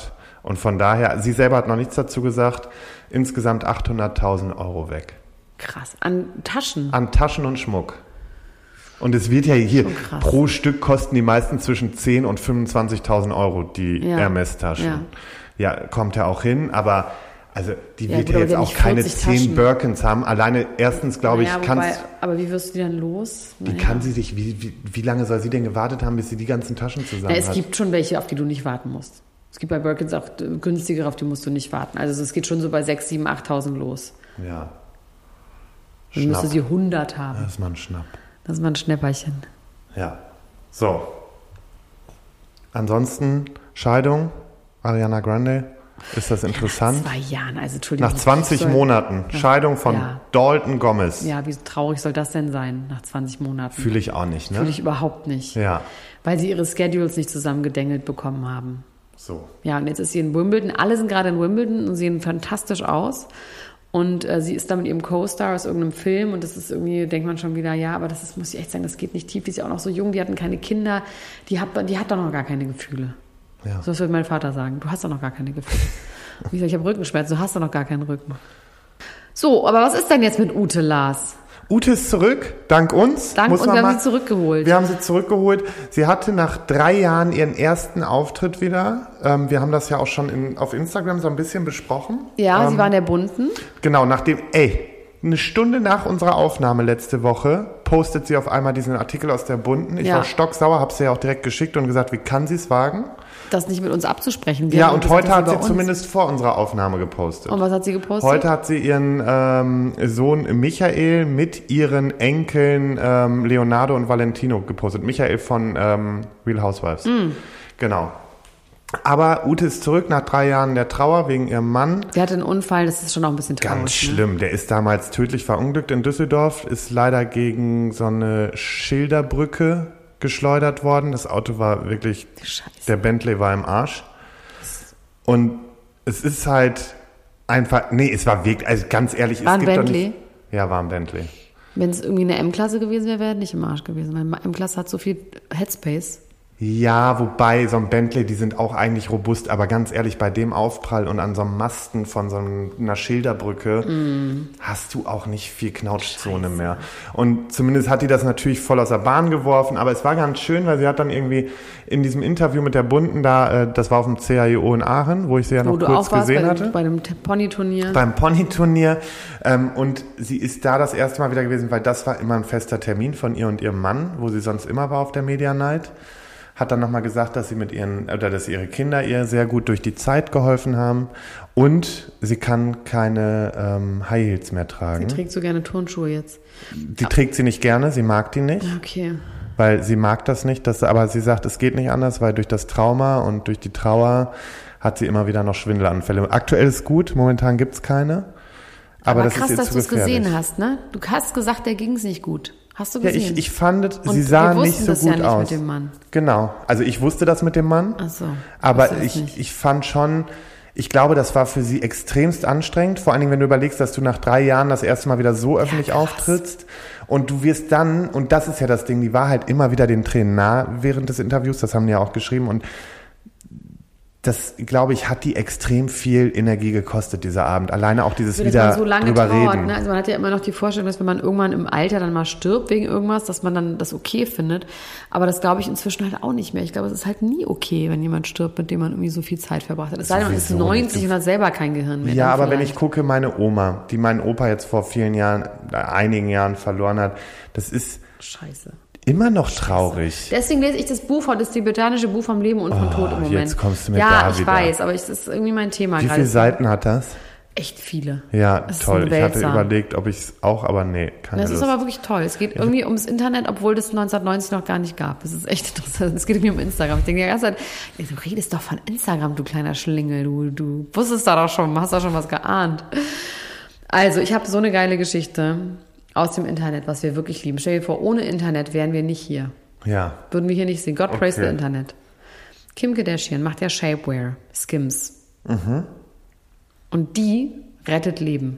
Speaker 3: Und von daher, sie selber hat noch nichts dazu gesagt, insgesamt 800.000 Euro weg.
Speaker 2: Krass. An Taschen?
Speaker 3: An Taschen und Schmuck. Und es wird ja hier, pro Stück kosten die meisten zwischen 10.000 und 25.000 Euro, die Hermes-Taschen. Ja, kommt ja auch hin, aber also die wird ja jetzt auch keine 10 Birkins haben. Alleine erstens, glaube ich,
Speaker 2: aber wie wirst du die dann los?
Speaker 3: Wie lange soll sie denn gewartet haben, bis sie die ganzen Taschen zusammen hat?
Speaker 2: Es gibt schon welche, auf die du nicht warten musst. Es gibt bei Birkins auch günstigere, auf die musst du nicht warten. Also es geht schon so bei 6.000, 7.000, 8.000 los.
Speaker 3: Ja.
Speaker 2: Dann müsste sie 100 haben.
Speaker 3: Das ist mal ein Schnapp.
Speaker 2: Das ist mal ein Schnäpperchen.
Speaker 3: Ja. So. Ansonsten Scheidung, Ariana Grande. Ist das interessant?
Speaker 2: Nach 2 Jahren, also Entschuldigung.
Speaker 3: Nach 20 Monaten. Scheidung von Dalton Gomez.
Speaker 2: Ja, wie traurig soll das denn sein, nach 20 Monaten?
Speaker 3: Fühle ich auch nicht, ne?
Speaker 2: Fühle ich überhaupt nicht.
Speaker 3: Ja.
Speaker 2: Weil sie ihre Schedules nicht zusammengedengelt bekommen haben.
Speaker 3: So.
Speaker 2: Ja, und jetzt ist sie in Wimbledon. Alle sind gerade in Wimbledon und sehen fantastisch aus. Und sie ist da mit ihrem Co-Star aus irgendeinem Film und das ist irgendwie, denkt man schon wieder, ja, aber das ist, muss ich echt sagen, das geht nicht tief. Die ist ja auch noch so jung, die hatten keine Kinder, die hat doch noch gar keine Gefühle.
Speaker 3: Ja.
Speaker 2: So was würde mein Vater sagen. Du hast doch noch gar keine Gefühle. Wie gesagt, ich habe Rückenschmerzen, du hast doch noch gar keinen Rücken. So, aber was ist denn jetzt mit Ute, Lars?
Speaker 3: Ute ist zurück, dank uns.
Speaker 2: Wir haben sie zurückgeholt.
Speaker 3: Wir haben sie zurückgeholt. Sie hatte nach 3 Jahren ihren ersten Auftritt wieder. Wir haben das ja auch schon auf Instagram so ein bisschen besprochen.
Speaker 2: Ja, sie war in der Bunten.
Speaker 3: Genau, eine Stunde nach unserer Aufnahme letzte Woche postet sie auf einmal diesen Artikel aus der Bunten. Ich war stocksauer, habe sie ja auch direkt geschickt und gesagt, wie kann sie es wagen?
Speaker 2: Das nicht mit uns abzusprechen.
Speaker 3: Ja, und heute hat sie zumindest vor unserer Aufnahme gepostet.
Speaker 2: Und was hat sie gepostet?
Speaker 3: Heute hat sie ihren Sohn Michael mit ihren Enkeln Leonardo und Valentino gepostet. Michael von Real Housewives. Genau. Aber Ute ist zurück nach 3 Jahren der Trauer wegen ihrem Mann.
Speaker 2: Sie hatte einen Unfall, das ist schon auch ein bisschen traurig.
Speaker 3: Ganz schlimm. Der ist damals tödlich verunglückt in Düsseldorf, ist leider gegen so eine Schilderbrücke geschleudert worden. Das Auto war wirklich, der Bentley war im Arsch. Und es ist halt einfach, es war wirklich, also ganz ehrlich.
Speaker 2: War ein Bentley?
Speaker 3: Ja, war ein Bentley.
Speaker 2: Wenn es irgendwie eine M-Klasse gewesen wäre, wäre er nicht im Arsch gewesen. Weil M-Klasse hat so viel Headspace.
Speaker 3: Ja, wobei so ein Bentley, die sind auch eigentlich robust, aber ganz ehrlich, bei dem Aufprall und an so einem Masten von so einer Schilderbrücke hast du auch nicht viel Knautschzone mehr. Und zumindest hat die das natürlich voll aus der Bahn geworfen, aber es war ganz schön, weil sie hat dann irgendwie in diesem Interview mit der Bunten das war auf dem CAIO in Aachen, wo ich sie ja noch kurz gesehen hatte.
Speaker 2: Bei dem Ponyturnier.
Speaker 3: Beim Ponyturnier. Und sie ist da das erste Mal wieder gewesen, weil das war immer ein fester Termin von ihr und ihrem Mann, wo sie sonst immer war auf der Media Night. Hat dann nochmal gesagt, dass dass ihre Kinder ihr sehr gut durch die Zeit geholfen haben und sie kann keine High Heels mehr tragen.
Speaker 2: Sie trägt so gerne Turnschuhe jetzt.
Speaker 3: Die trägt sie nicht gerne, sie mag die nicht.
Speaker 2: Okay.
Speaker 3: Weil sie mag das nicht, aber sie sagt, es geht nicht anders, weil durch das Trauma und durch die Trauer hat sie immer wieder noch Schwindelanfälle. Aktuell ist gut, momentan gibt's keine. Aber das
Speaker 2: krass,
Speaker 3: ist ihr
Speaker 2: dass
Speaker 3: zu
Speaker 2: du es
Speaker 3: gefährlich.
Speaker 2: gesehen hast, ne? Du hast gesagt, der ging's nicht gut. Hast du gesehen?
Speaker 3: Ja, ich fand,
Speaker 2: und
Speaker 3: sie sah
Speaker 2: wir
Speaker 3: nicht so
Speaker 2: das
Speaker 3: gut
Speaker 2: ja nicht
Speaker 3: aus.
Speaker 2: Mit dem Mann.
Speaker 3: Genau. Also ich wusste das mit dem Mann.
Speaker 2: Ach so.
Speaker 3: Aber ich fand schon, ich glaube, das war für sie extremst anstrengend. Vor allen Dingen, wenn du überlegst, dass du nach 3 Jahren das erste Mal wieder so öffentlich auftrittst. Und du wirst dann, und das ist ja das Ding, die war halt immer wieder den Tränen nah während des Interviews. Das haben die ja auch geschrieben. Und das, glaube ich, hat die extrem viel Energie gekostet, dieser Abend. Alleine auch dieses wieder
Speaker 2: so lange
Speaker 3: drüber
Speaker 2: trauert,
Speaker 3: reden.
Speaker 2: Ne? Also man hat ja immer noch die Vorstellung, dass wenn man irgendwann im Alter dann mal stirbt wegen irgendwas, dass man dann das okay findet. Aber das glaube ich inzwischen halt auch nicht mehr. Ich glaube, es ist halt nie okay, wenn jemand stirbt, mit dem man irgendwie so viel Zeit verbracht hat. Es sei denn, man ist 90 und hat selber kein Gehirn mehr.
Speaker 3: Ja, aber wenn ich gucke, meine Oma, die meinen Opa jetzt vor einigen Jahren verloren hat, das ist
Speaker 2: scheiße.
Speaker 3: Immer noch traurig.
Speaker 2: Deswegen lese ich das Buch, das tibetanische Buch vom Leben und vom Tod im Moment.
Speaker 3: Jetzt kommst du mit
Speaker 2: ja,
Speaker 3: da
Speaker 2: ich
Speaker 3: wieder.
Speaker 2: weiß, aber es ist irgendwie mein Thema
Speaker 3: Wie
Speaker 2: gerade.
Speaker 3: viele Seiten hat das?
Speaker 2: Echt viele.
Speaker 3: Ja,
Speaker 2: das
Speaker 3: toll.
Speaker 2: Ist
Speaker 3: ich hatte überlegt, ob ich es auch, aber nee, keine
Speaker 2: Das
Speaker 3: Lust.
Speaker 2: ist aber wirklich toll. Es geht irgendwie ums Internet, obwohl das 1990 noch gar nicht gab. Das ist echt interessant. Es geht irgendwie um Instagram. Ich denke die ganze Zeit, du redest doch von Instagram, du kleiner Schlingel. Du wusstest da doch schon, hast da schon was geahnt. Also, ich habe so eine geile Geschichte aus dem Internet, was wir wirklich lieben. Stell dir vor, ohne Internet wären wir nicht hier.
Speaker 3: Ja.
Speaker 2: Würden wir hier nicht sehen. God praise the Internet. Kim Kardashian macht ja Shapewear, Skims.
Speaker 3: Mhm.
Speaker 2: Und die rettet Leben.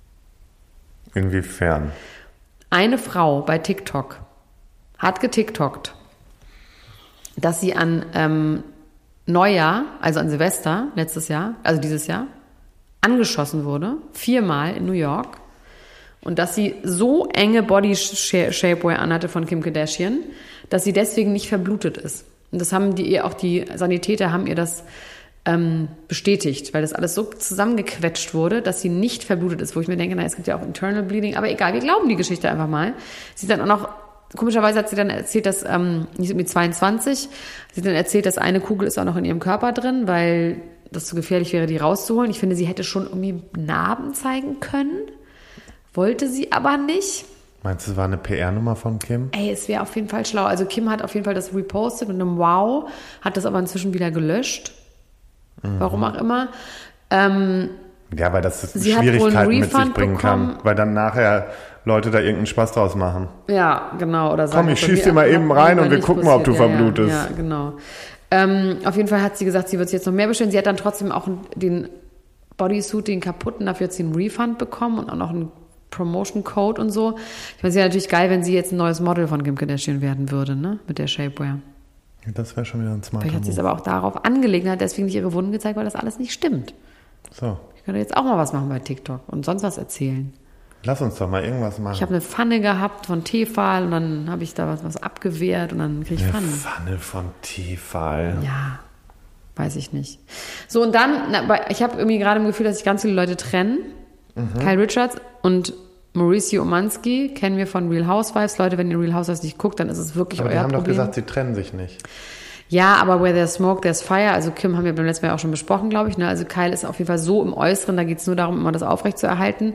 Speaker 3: Inwiefern?
Speaker 2: Eine Frau bei TikTok hat getiktokt, dass sie an Neujahr, also an Silvester letztes Jahr, also dieses Jahr, angeschossen wurde, 4-mal in New York. Und dass sie so enge Body-Shapewear anhatte von Kim Kardashian, dass sie deswegen nicht verblutet ist. Und das haben die Sanitäter haben ihr das bestätigt, weil das alles so zusammengequetscht wurde, dass sie nicht verblutet ist, wo ich mir denke, es gibt ja auch Internal Bleeding, aber egal, wir glauben die Geschichte einfach mal. Sie dann auch noch, komischerweise hat sie dann erzählt, dass, nicht mit 22, sie hat dann erzählt, dass eine Kugel ist auch noch in ihrem Körper drin, weil das zu gefährlich wäre, die rauszuholen. Ich finde, sie hätte schon irgendwie Narben zeigen können, wollte sie aber nicht.
Speaker 3: Meinst du, es war eine PR-Nummer von Kim?
Speaker 2: Es wäre auf jeden Fall schlau. Also Kim hat auf jeden Fall das repostet mit einem Wow, hat das aber inzwischen wieder gelöscht. Warum auch immer.
Speaker 3: Ja, weil das Schwierigkeiten mit sich bringen kann. Weil dann nachher Leute da irgendeinen Spaß draus machen.
Speaker 2: Ja, genau. Oder
Speaker 3: komm, ich schieß dir mal eben rein und wir gucken mal, ob du verblutest.
Speaker 2: Ja, genau. Auf jeden Fall hat sie gesagt, sie wird sich jetzt noch mehr bestellen. Sie hat dann trotzdem auch den Bodysuit, den kaputten, dafür hat sie einen Refund bekommen und auch noch einen Promotion-Code und so. Ich meine, es wäre natürlich geil, wenn sie jetzt ein neues Model von Kim Kardashian werden würde, ne? Mit der Shapewear.
Speaker 3: Das wäre schon wieder ein smarter
Speaker 2: Vielleicht hat sie es aber auch darauf angelegt, hat deswegen nicht ihre Wunden gezeigt, weil das alles nicht stimmt.
Speaker 3: So.
Speaker 2: Ich könnte jetzt auch mal was machen bei TikTok und sonst was erzählen.
Speaker 3: Lass uns doch mal irgendwas machen.
Speaker 2: Ich habe eine Pfanne gehabt von Tefal und dann habe ich da was abgewehrt und dann kriege ich Pfannen.
Speaker 3: Eine Pfanne von Tefal?
Speaker 2: Ja, weiß ich nicht. So, und dann, ich habe irgendwie gerade im Gefühl, dass sich ganz viele Leute trennen. Kyle Richards und Mauricio Umansky kennen wir von Real Housewives. Leute, wenn ihr Real Housewives nicht guckt, dann ist es wirklich
Speaker 3: aber
Speaker 2: euer Problem.
Speaker 3: Die haben doch gesagt, sie trennen sich nicht.
Speaker 2: Ja, aber where there's smoke, there's fire. Also Kim haben wir beim letzten Mal auch schon besprochen, glaube ich. Ne? Also Kyle ist auf jeden Fall so im Äußeren, da geht es nur darum, immer das aufrechtzuerhalten.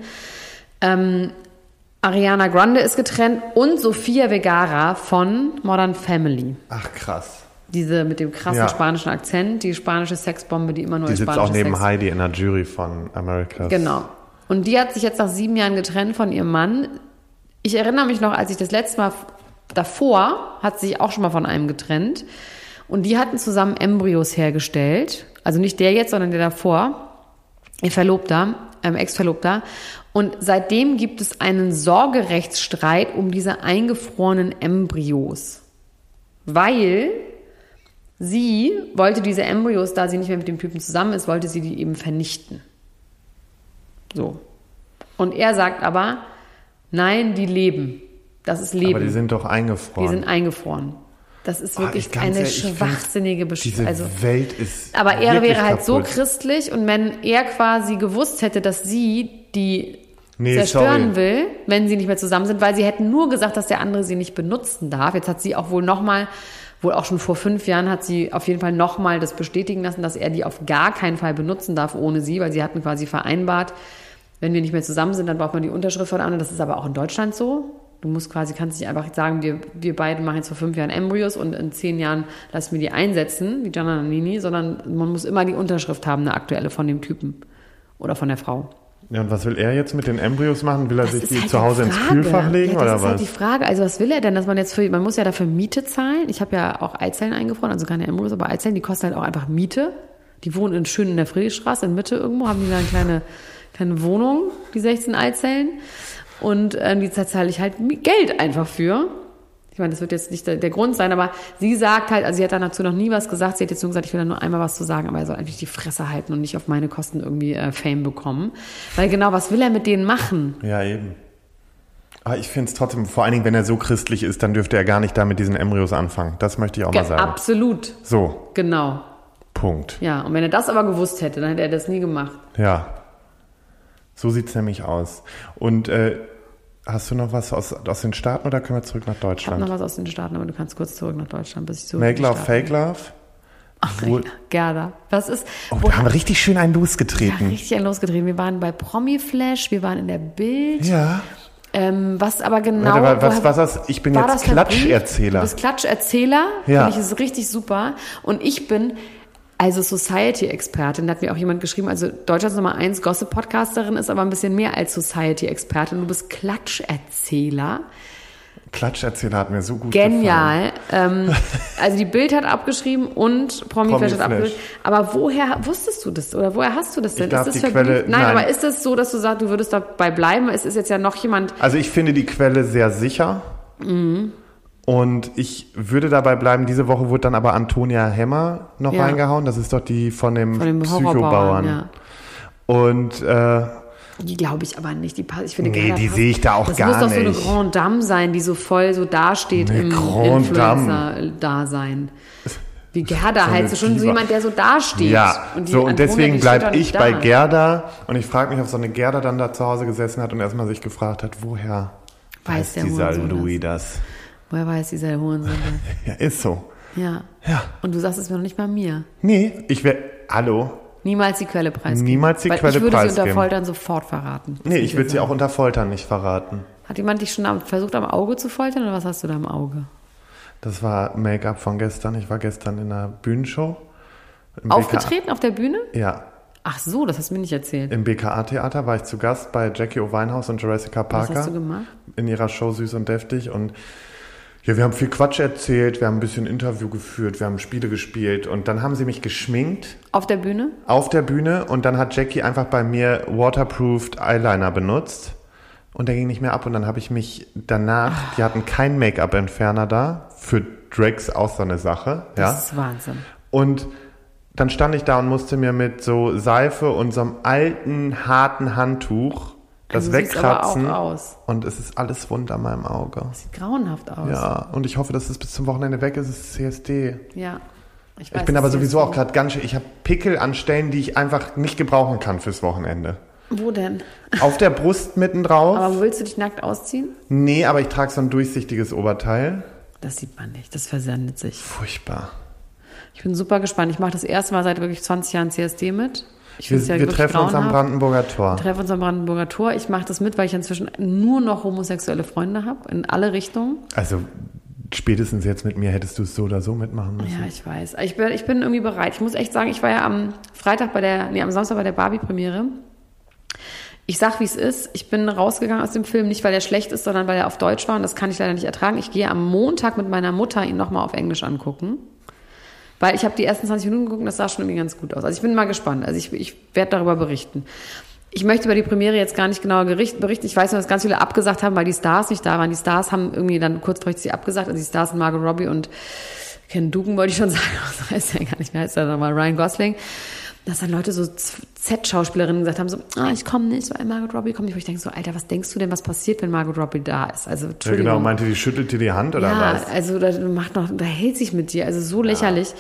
Speaker 2: Ariana Grande ist getrennt und Sofia Vergara von Modern Family.
Speaker 3: Ach, krass.
Speaker 2: Diese mit dem krassen spanischen Akzent, die spanische Sexbombe, die immer nur
Speaker 3: spanische
Speaker 2: Sex. Die
Speaker 3: sitzt auch neben Heidi in der Jury von America's.
Speaker 2: Genau. Und die hat sich jetzt nach 7 Jahren getrennt von ihrem Mann. Ich erinnere mich noch, als ich das letzte Mal davor, hat sie sich auch schon mal von einem getrennt. Und die hatten zusammen Embryos hergestellt. Also nicht der jetzt, sondern der davor. Ihr Verlobter, Ex-Verlobter. Und seitdem gibt es einen Sorgerechtsstreit um diese eingefrorenen Embryos. Weil sie wollte diese Embryos, da sie nicht mehr mit dem Typen zusammen ist, wollte sie die eben vernichten. So. Und er sagt aber, nein, die leben. Das ist Leben.
Speaker 3: Aber die sind doch eingefroren.
Speaker 2: Die sind eingefroren. Das ist wirklich eine schwachsinnige
Speaker 3: Diese Welt ist
Speaker 2: aber er wäre halt
Speaker 3: kaputt.
Speaker 2: so christlich und wenn er quasi gewusst hätte, dass sie die zerstören will, wenn sie nicht mehr zusammen sind, weil sie hätten nur gesagt, dass der andere sie nicht benutzen darf. Jetzt hat sie auch wohl auch schon vor 5 Jahren hat sie auf jeden Fall nochmal das bestätigen lassen, dass er die auf gar keinen Fall benutzen darf ohne sie, weil sie hatten quasi vereinbart, wenn wir nicht mehr zusammen sind, dann braucht man die Unterschrift von anderen. Das ist aber auch in Deutschland so. Du kannst nicht einfach sagen, wir beide machen jetzt vor 5 Jahren Embryos und in 10 Jahren lassen wir die einsetzen, wie Gianna Nannini, sondern man muss immer die Unterschrift haben, eine aktuelle von dem Typen oder von der Frau.
Speaker 3: Ja, und was will er jetzt mit den Embryos machen? Will er sich die zu Hause ins Kühlfach legen oder was? Das ist halt die
Speaker 2: Frage. Also was will er denn, dass man man muss ja dafür Miete zahlen. Ich habe ja auch Eizellen eingefroren, also keine Embryos, aber Eizellen, die kosten halt auch einfach Miete. Die wohnen schön in der Friedrichstraße in Mitte irgendwo, haben die da eine kleine Wohnung, die 16 Eizellen. Und die zahle ich halt Geld einfach für. Ich meine, das wird jetzt nicht der Grund sein, aber sie sagt halt, also sie hat dazu noch nie was gesagt. Sie hat jetzt nur gesagt, ich will da nur einmal was zu sagen, aber er soll eigentlich die Fresse halten und nicht auf meine Kosten irgendwie Fame bekommen. Weil genau, was will er mit denen machen?
Speaker 3: Ja, eben. Aber ich finde es trotzdem, vor allen Dingen, wenn er so christlich ist, dann dürfte er gar nicht da mit diesen Embryos anfangen. Das möchte ich auch mal sagen.
Speaker 2: Absolut.
Speaker 3: So.
Speaker 2: Genau.
Speaker 3: Punkt.
Speaker 2: Ja, und wenn er das aber gewusst hätte, dann hätte er das nie gemacht.
Speaker 3: Ja. So sieht es nämlich aus. Und hast du noch was aus den Staaten oder können wir zurück nach Deutschland?
Speaker 2: Ich habe noch was aus den Staaten, aber du kannst kurz zurück nach Deutschland, bis ich zurück
Speaker 3: Make Love, Fake Love?
Speaker 2: Ach, Gerda. Was ist...
Speaker 3: da haben wir richtig schön einen losgetreten.
Speaker 2: Ja, richtig einen losgetreten. Wir waren bei Promiflash, wir waren in der Bild.
Speaker 3: Ja.
Speaker 2: Was aber genau...
Speaker 3: Ich bin jetzt Klatscherzähler.
Speaker 2: Du bist Klatscherzähler.
Speaker 3: Ja.
Speaker 2: Finde ich, ist richtig super. Und ich bin... Also Society-Expertin, da hat mir auch jemand geschrieben, also Deutschlands Nummer 1 Gossip-Podcasterin ist aber ein bisschen mehr als Society-Expertin. Du bist Klatscherzähler.
Speaker 3: Klatscherzähler hat mir so gut
Speaker 2: gefallen. Genial. Also die Bild hat abgeschrieben und Promiflash hat abgeschrieben. Aber woher wusstest du das? Oder woher hast du das denn?
Speaker 3: Ich darf
Speaker 2: ist das
Speaker 3: die Quelle,
Speaker 2: nein, aber ist es so, dass du sagst, du würdest dabei bleiben? Es ist jetzt ja noch jemand...
Speaker 3: Also ich finde die Quelle sehr sicher. Und ich würde dabei bleiben, diese Woche wurde dann aber Antonia Hemmer noch reingehauen. Das ist doch die von dem Psychobauern.
Speaker 2: Ja.
Speaker 3: Und
Speaker 2: die glaube ich aber nicht. Ich finde,
Speaker 3: die sehe ich da auch gar nicht.
Speaker 2: Das muss doch so eine Grande Dame sein, die so voll so dasteht im Influencer-Dasein. Wie Gerda
Speaker 3: so
Speaker 2: halt, so schon so jemand, der so dasteht.
Speaker 3: Ja,
Speaker 2: und
Speaker 3: und deswegen bleibe ich bei Gerda. Und ich frage mich, ob so eine Gerda dann da zu Hause gesessen hat und erstmal sich gefragt hat, woher weiß dieser Louis das?
Speaker 2: Woher weiß dieser Hurensohn das?
Speaker 3: Ja, ist so.
Speaker 2: Ja. Und du sagst es mir noch nicht mal mir.
Speaker 3: Nee, hallo?
Speaker 2: Niemals die Quelle preisgeben.
Speaker 3: Niemals die Quelle preisgeben.
Speaker 2: Ich würde sie unter Foltern sofort verraten.
Speaker 3: Nee, ich würde sie auch unter Foltern nicht verraten.
Speaker 2: Hat jemand dich schon versucht, am Auge zu foltern oder was hast du da im Auge?
Speaker 3: Das war Make-up von gestern. Ich war gestern in einer Bühnenshow.
Speaker 2: Aufgetreten auf der Bühne?
Speaker 3: Ja.
Speaker 2: Ach so, das hast du mir nicht erzählt.
Speaker 3: Im BKA-Theater war ich zu Gast bei Jackie O. Winehouse und Jessica Parker.
Speaker 2: Was hast du gemacht?
Speaker 3: In ihrer Show Süß und Deftig. Und ja, wir haben viel Quatsch erzählt, wir haben ein bisschen Interview geführt, wir haben Spiele gespielt und dann haben sie mich geschminkt.
Speaker 2: Auf der Bühne? Auf
Speaker 3: der Bühne und dann hat Jackie einfach bei mir waterproofed Eyeliner benutzt und der ging nicht mehr ab und dann habe ich mich danach, die hatten keinen Make-up-Entferner da, für Drags auch so eine Sache.
Speaker 2: Das ist Wahnsinn.
Speaker 3: Und dann stand ich da und musste mir mit so Seife und so einem alten, harten Handtuch das wegkratzen
Speaker 2: aber auch aus.
Speaker 3: Und es ist alles wund an meinem Auge.
Speaker 2: Das sieht grauenhaft aus.
Speaker 3: Ja, und ich hoffe, dass es bis zum Wochenende weg ist. Es ist CSD.
Speaker 2: Ja. Ich
Speaker 3: bin aber sowieso auch gerade ganz schön, ich habe Pickel an Stellen, die ich einfach nicht gebrauchen kann fürs Wochenende.
Speaker 2: Wo denn?
Speaker 3: Auf der Brust mitten drauf.
Speaker 2: Aber willst du dich nackt ausziehen?
Speaker 3: Nee, aber ich trage so ein durchsichtiges Oberteil.
Speaker 2: Das sieht man nicht, das versendet sich.
Speaker 3: Furchtbar.
Speaker 2: Ich bin super gespannt. Ich mache das erste Mal seit wirklich 20 Jahren CSD mit.
Speaker 3: Wir treffen uns am Brandenburger Tor.
Speaker 2: Ich mache das mit, weil ich inzwischen nur noch homosexuelle Freunde habe, in alle Richtungen.
Speaker 3: Also spätestens jetzt mit mir hättest du es so oder so mitmachen müssen.
Speaker 2: Ja, ich weiß. Ich bin irgendwie bereit. Ich muss echt sagen, ich war ja am Samstag bei der Barbie-Premiere. Ich sag, wie es ist. Ich bin rausgegangen aus dem Film, nicht weil er schlecht ist, sondern weil er auf Deutsch war und das kann ich leider nicht ertragen. Ich gehe am Montag mit meiner Mutter ihn nochmal auf Englisch angucken. Weil ich habe die ersten 20 Minuten geguckt und das sah schon irgendwie ganz gut aus. Also ich bin mal gespannt. Also ich werde darüber berichten. Ich möchte über die Premiere jetzt gar nicht genauer berichten. Ich weiß nur, dass ganz viele abgesagt haben, weil die Stars nicht da waren. Die Stars haben irgendwie dann kurzfristig sie abgesagt. Also die Stars sind Margot Robbie und Ken Dugan, wollte ich schon sagen. Das heißt ja gar nicht mehr. Heißt ja nochmal Ryan Gosling. Dass dann Leute so Z-Schauspielerinnen gesagt haben, so, ich komme nicht, weil Margot Robbie kommt nicht. Wo ich denke so, Alter, was denkst du denn, was passiert, wenn Margot Robbie da ist? Also, Entschuldigung.
Speaker 3: Ja, genau, meinte die schüttelt dir die Hand oder was?
Speaker 2: Ja, also da hält sich mit dir, also so lächerlich.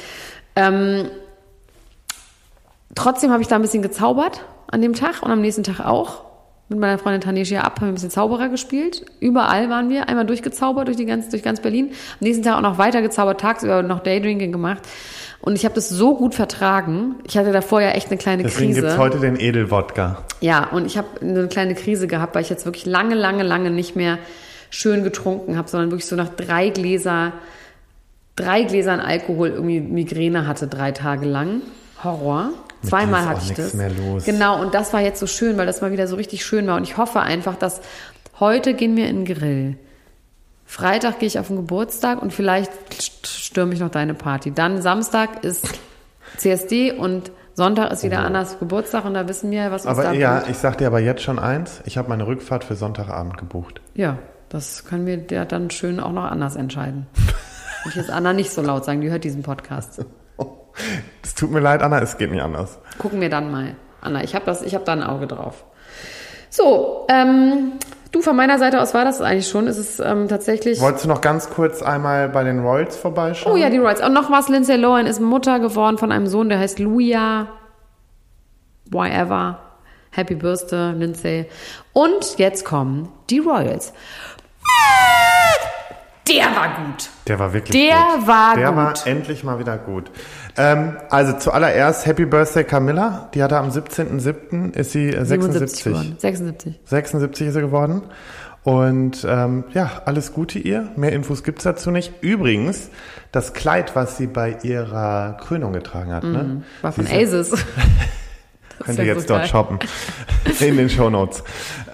Speaker 2: Trotzdem habe ich da ein bisschen gezaubert an dem Tag und am nächsten Tag auch. Mit meiner Freundin Tanesha haben wir ein bisschen Zauberer gespielt. Überall waren wir, einmal durchgezaubert durch ganz Berlin. Am nächsten Tag auch noch weiter gezaubert, tagsüber noch Daydrinking gemacht. Und ich habe das so gut vertragen. Ich hatte davor ja echt eine kleine Krise.
Speaker 3: Deswegen gibt's heute den Edelwodka.
Speaker 2: Ja, und ich habe eine kleine Krise gehabt, weil ich jetzt wirklich lange nicht mehr schön getrunken habe, sondern wirklich so nach 3 Gläsern Alkohol irgendwie Migräne hatte 3 Tage lang. Horror. Zweimal hatte ich das.
Speaker 3: Mehr los.
Speaker 2: Genau, und das war jetzt so schön, weil das mal wieder so richtig schön war. Und ich hoffe einfach, dass heute gehen wir in den Grill. Freitag gehe ich auf den Geburtstag und vielleicht stürme ich noch deine Party. Dann Samstag ist CSD und Sonntag ist wieder Annas Geburtstag und da wissen wir, was uns da
Speaker 3: ja, ich sag dir aber jetzt schon eins, ich habe meine Rückfahrt für Sonntagabend gebucht.
Speaker 2: Ja, das können wir ja dann schön auch noch anders entscheiden. Und jetzt Anna nicht so laut sagen, die hört diesen Podcast.
Speaker 3: Es tut mir leid, Anna, es geht nicht anders.
Speaker 2: Gucken wir dann mal. Anna, ich hab da ein Auge drauf. So, du, von meiner Seite aus war das eigentlich schon. Es ist tatsächlich...
Speaker 3: Wolltest du noch ganz kurz einmal bei den Royals vorbeischauen?
Speaker 2: Oh ja, die Royals. Und noch was, Lindsay Lohan ist Mutter geworden von einem Sohn, der heißt Louia. Whatever. Happy Birthday, Lindsay. Und jetzt kommen die Royals. Der war gut.
Speaker 3: Der war wirklich gut. Der war endlich mal wieder gut. Also zuallererst Happy Birthday Camilla. Die hatte am 17.07. ist sie 76. 76 ist sie geworden. Und alles Gute ihr. Mehr Infos gibt's dazu nicht. Übrigens, das Kleid, was sie bei ihrer Krönung getragen hat, ne?
Speaker 2: War von Aces.
Speaker 3: Könnt ihr jetzt dort shoppen. In den Shownotes.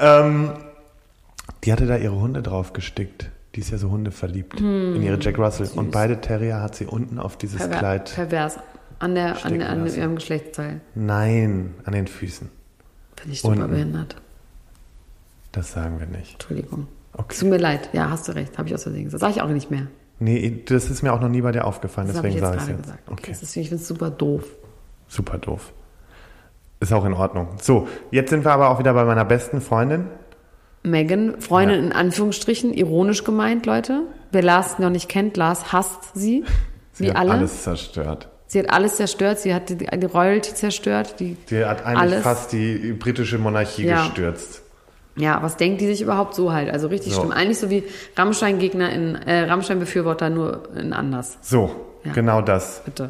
Speaker 3: Die hatte da ihre Hunde drauf gestickt. Die ist ja so hundeverliebt in ihre Jack Russell. Süß. Und beide Terrier hat sie unten auf dieses Kleid.
Speaker 2: Pervers. An ihrem Geschlechtsteil.
Speaker 3: Nein, an den Füßen.
Speaker 2: Finde ich super behindert.
Speaker 3: Das sagen wir nicht.
Speaker 2: Entschuldigung.
Speaker 3: Okay.
Speaker 2: Tut mir leid. Ja, hast du recht. Habe ich aus Versehen gesagt. Sag ich auch nicht mehr.
Speaker 3: Nee, das ist mir auch noch nie bei dir aufgefallen,
Speaker 2: Das habe ich
Speaker 3: deswegen
Speaker 2: jetzt
Speaker 3: sage ich
Speaker 2: gerade
Speaker 3: jetzt.
Speaker 2: gesagt.
Speaker 3: Okay.
Speaker 2: Deswegen, ich finde es super doof.
Speaker 3: Super doof. Ist auch in Ordnung. So, jetzt sind wir aber auch wieder bei meiner besten Freundin.
Speaker 2: Megan, Freundin in Anführungsstrichen, ironisch gemeint, Leute. Wer Lars noch nicht kennt, Lars hasst sie.
Speaker 3: Sie
Speaker 2: wie
Speaker 3: hat
Speaker 2: alle.
Speaker 3: alles zerstört.
Speaker 2: Sie hat alles zerstört. Sie hat die Royalty zerstört.
Speaker 3: Die hat eigentlich
Speaker 2: alles.
Speaker 3: fast die britische Monarchie gestürzt.
Speaker 2: Ja, was denkt die sich überhaupt so halt? Also richtig
Speaker 3: So.
Speaker 2: schlimm. Eigentlich so wie Rammstein-Gegner Rammstein-Befürworter, nur in anders.
Speaker 3: So,
Speaker 2: Ja.
Speaker 3: genau das.
Speaker 2: Bitte.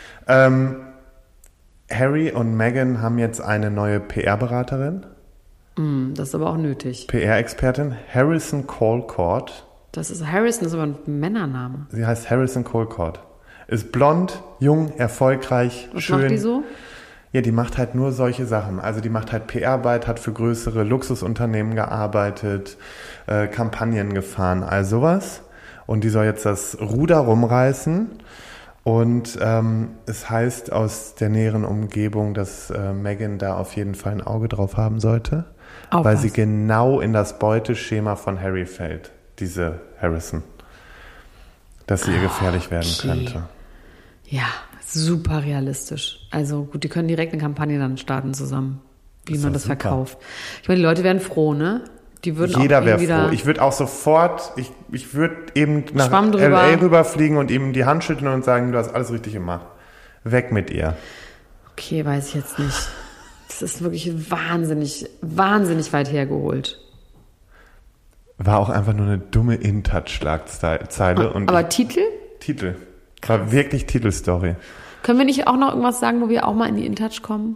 Speaker 3: Harry und Meghan haben jetzt eine neue PR-Beraterin,
Speaker 2: Das ist aber auch nötig.
Speaker 3: PR-Expertin, Harrison Colcourt.
Speaker 2: Das ist Harrison, das ist aber ein Männername.
Speaker 3: Sie heißt Harrison Colcourt. Ist blond, jung, erfolgreich,
Speaker 2: Was
Speaker 3: schön.
Speaker 2: macht die so?
Speaker 3: Ja, die macht halt nur solche Sachen. Also die macht halt PR-Arbeit, hat für größere Luxusunternehmen gearbeitet, Kampagnen gefahren, all sowas. Und die soll jetzt das Ruder rumreißen. Und es heißt aus der näheren Umgebung, dass Meghan da auf jeden Fall ein Auge drauf haben sollte.
Speaker 2: Auf
Speaker 3: weil
Speaker 2: was?
Speaker 3: sie genau in das Beuteschema von Harry fällt, diese Harrison. Dass sie ihr gefährlich werden könnte.
Speaker 2: Ja, super realistisch. Also gut, die können direkt eine Kampagne dann starten zusammen, wie
Speaker 3: Ist
Speaker 2: man
Speaker 3: doch
Speaker 2: das
Speaker 3: super.
Speaker 2: verkauft. Ich meine, die Leute wären froh, ne? Die würden
Speaker 3: Jeder
Speaker 2: auch
Speaker 3: wäre
Speaker 2: irgendwie
Speaker 3: froh.
Speaker 2: da
Speaker 3: Ich würde auch sofort, ich würde eben nach
Speaker 2: Schwamm drüber.
Speaker 3: L.A. rüberfliegen und ihm die Hand schütteln und sagen, du hast alles richtig gemacht. Weg mit ihr.
Speaker 2: Okay, weiß ich jetzt nicht. Das ist wirklich wahnsinnig, wahnsinnig weit hergeholt.
Speaker 3: War auch einfach nur eine dumme In-Touch-Schlagzeile. und
Speaker 2: Aber Titel?
Speaker 3: Titel. War wirklich Titelstory.
Speaker 2: Können wir nicht auch noch irgendwas sagen, wo wir auch mal in die InTouch kommen?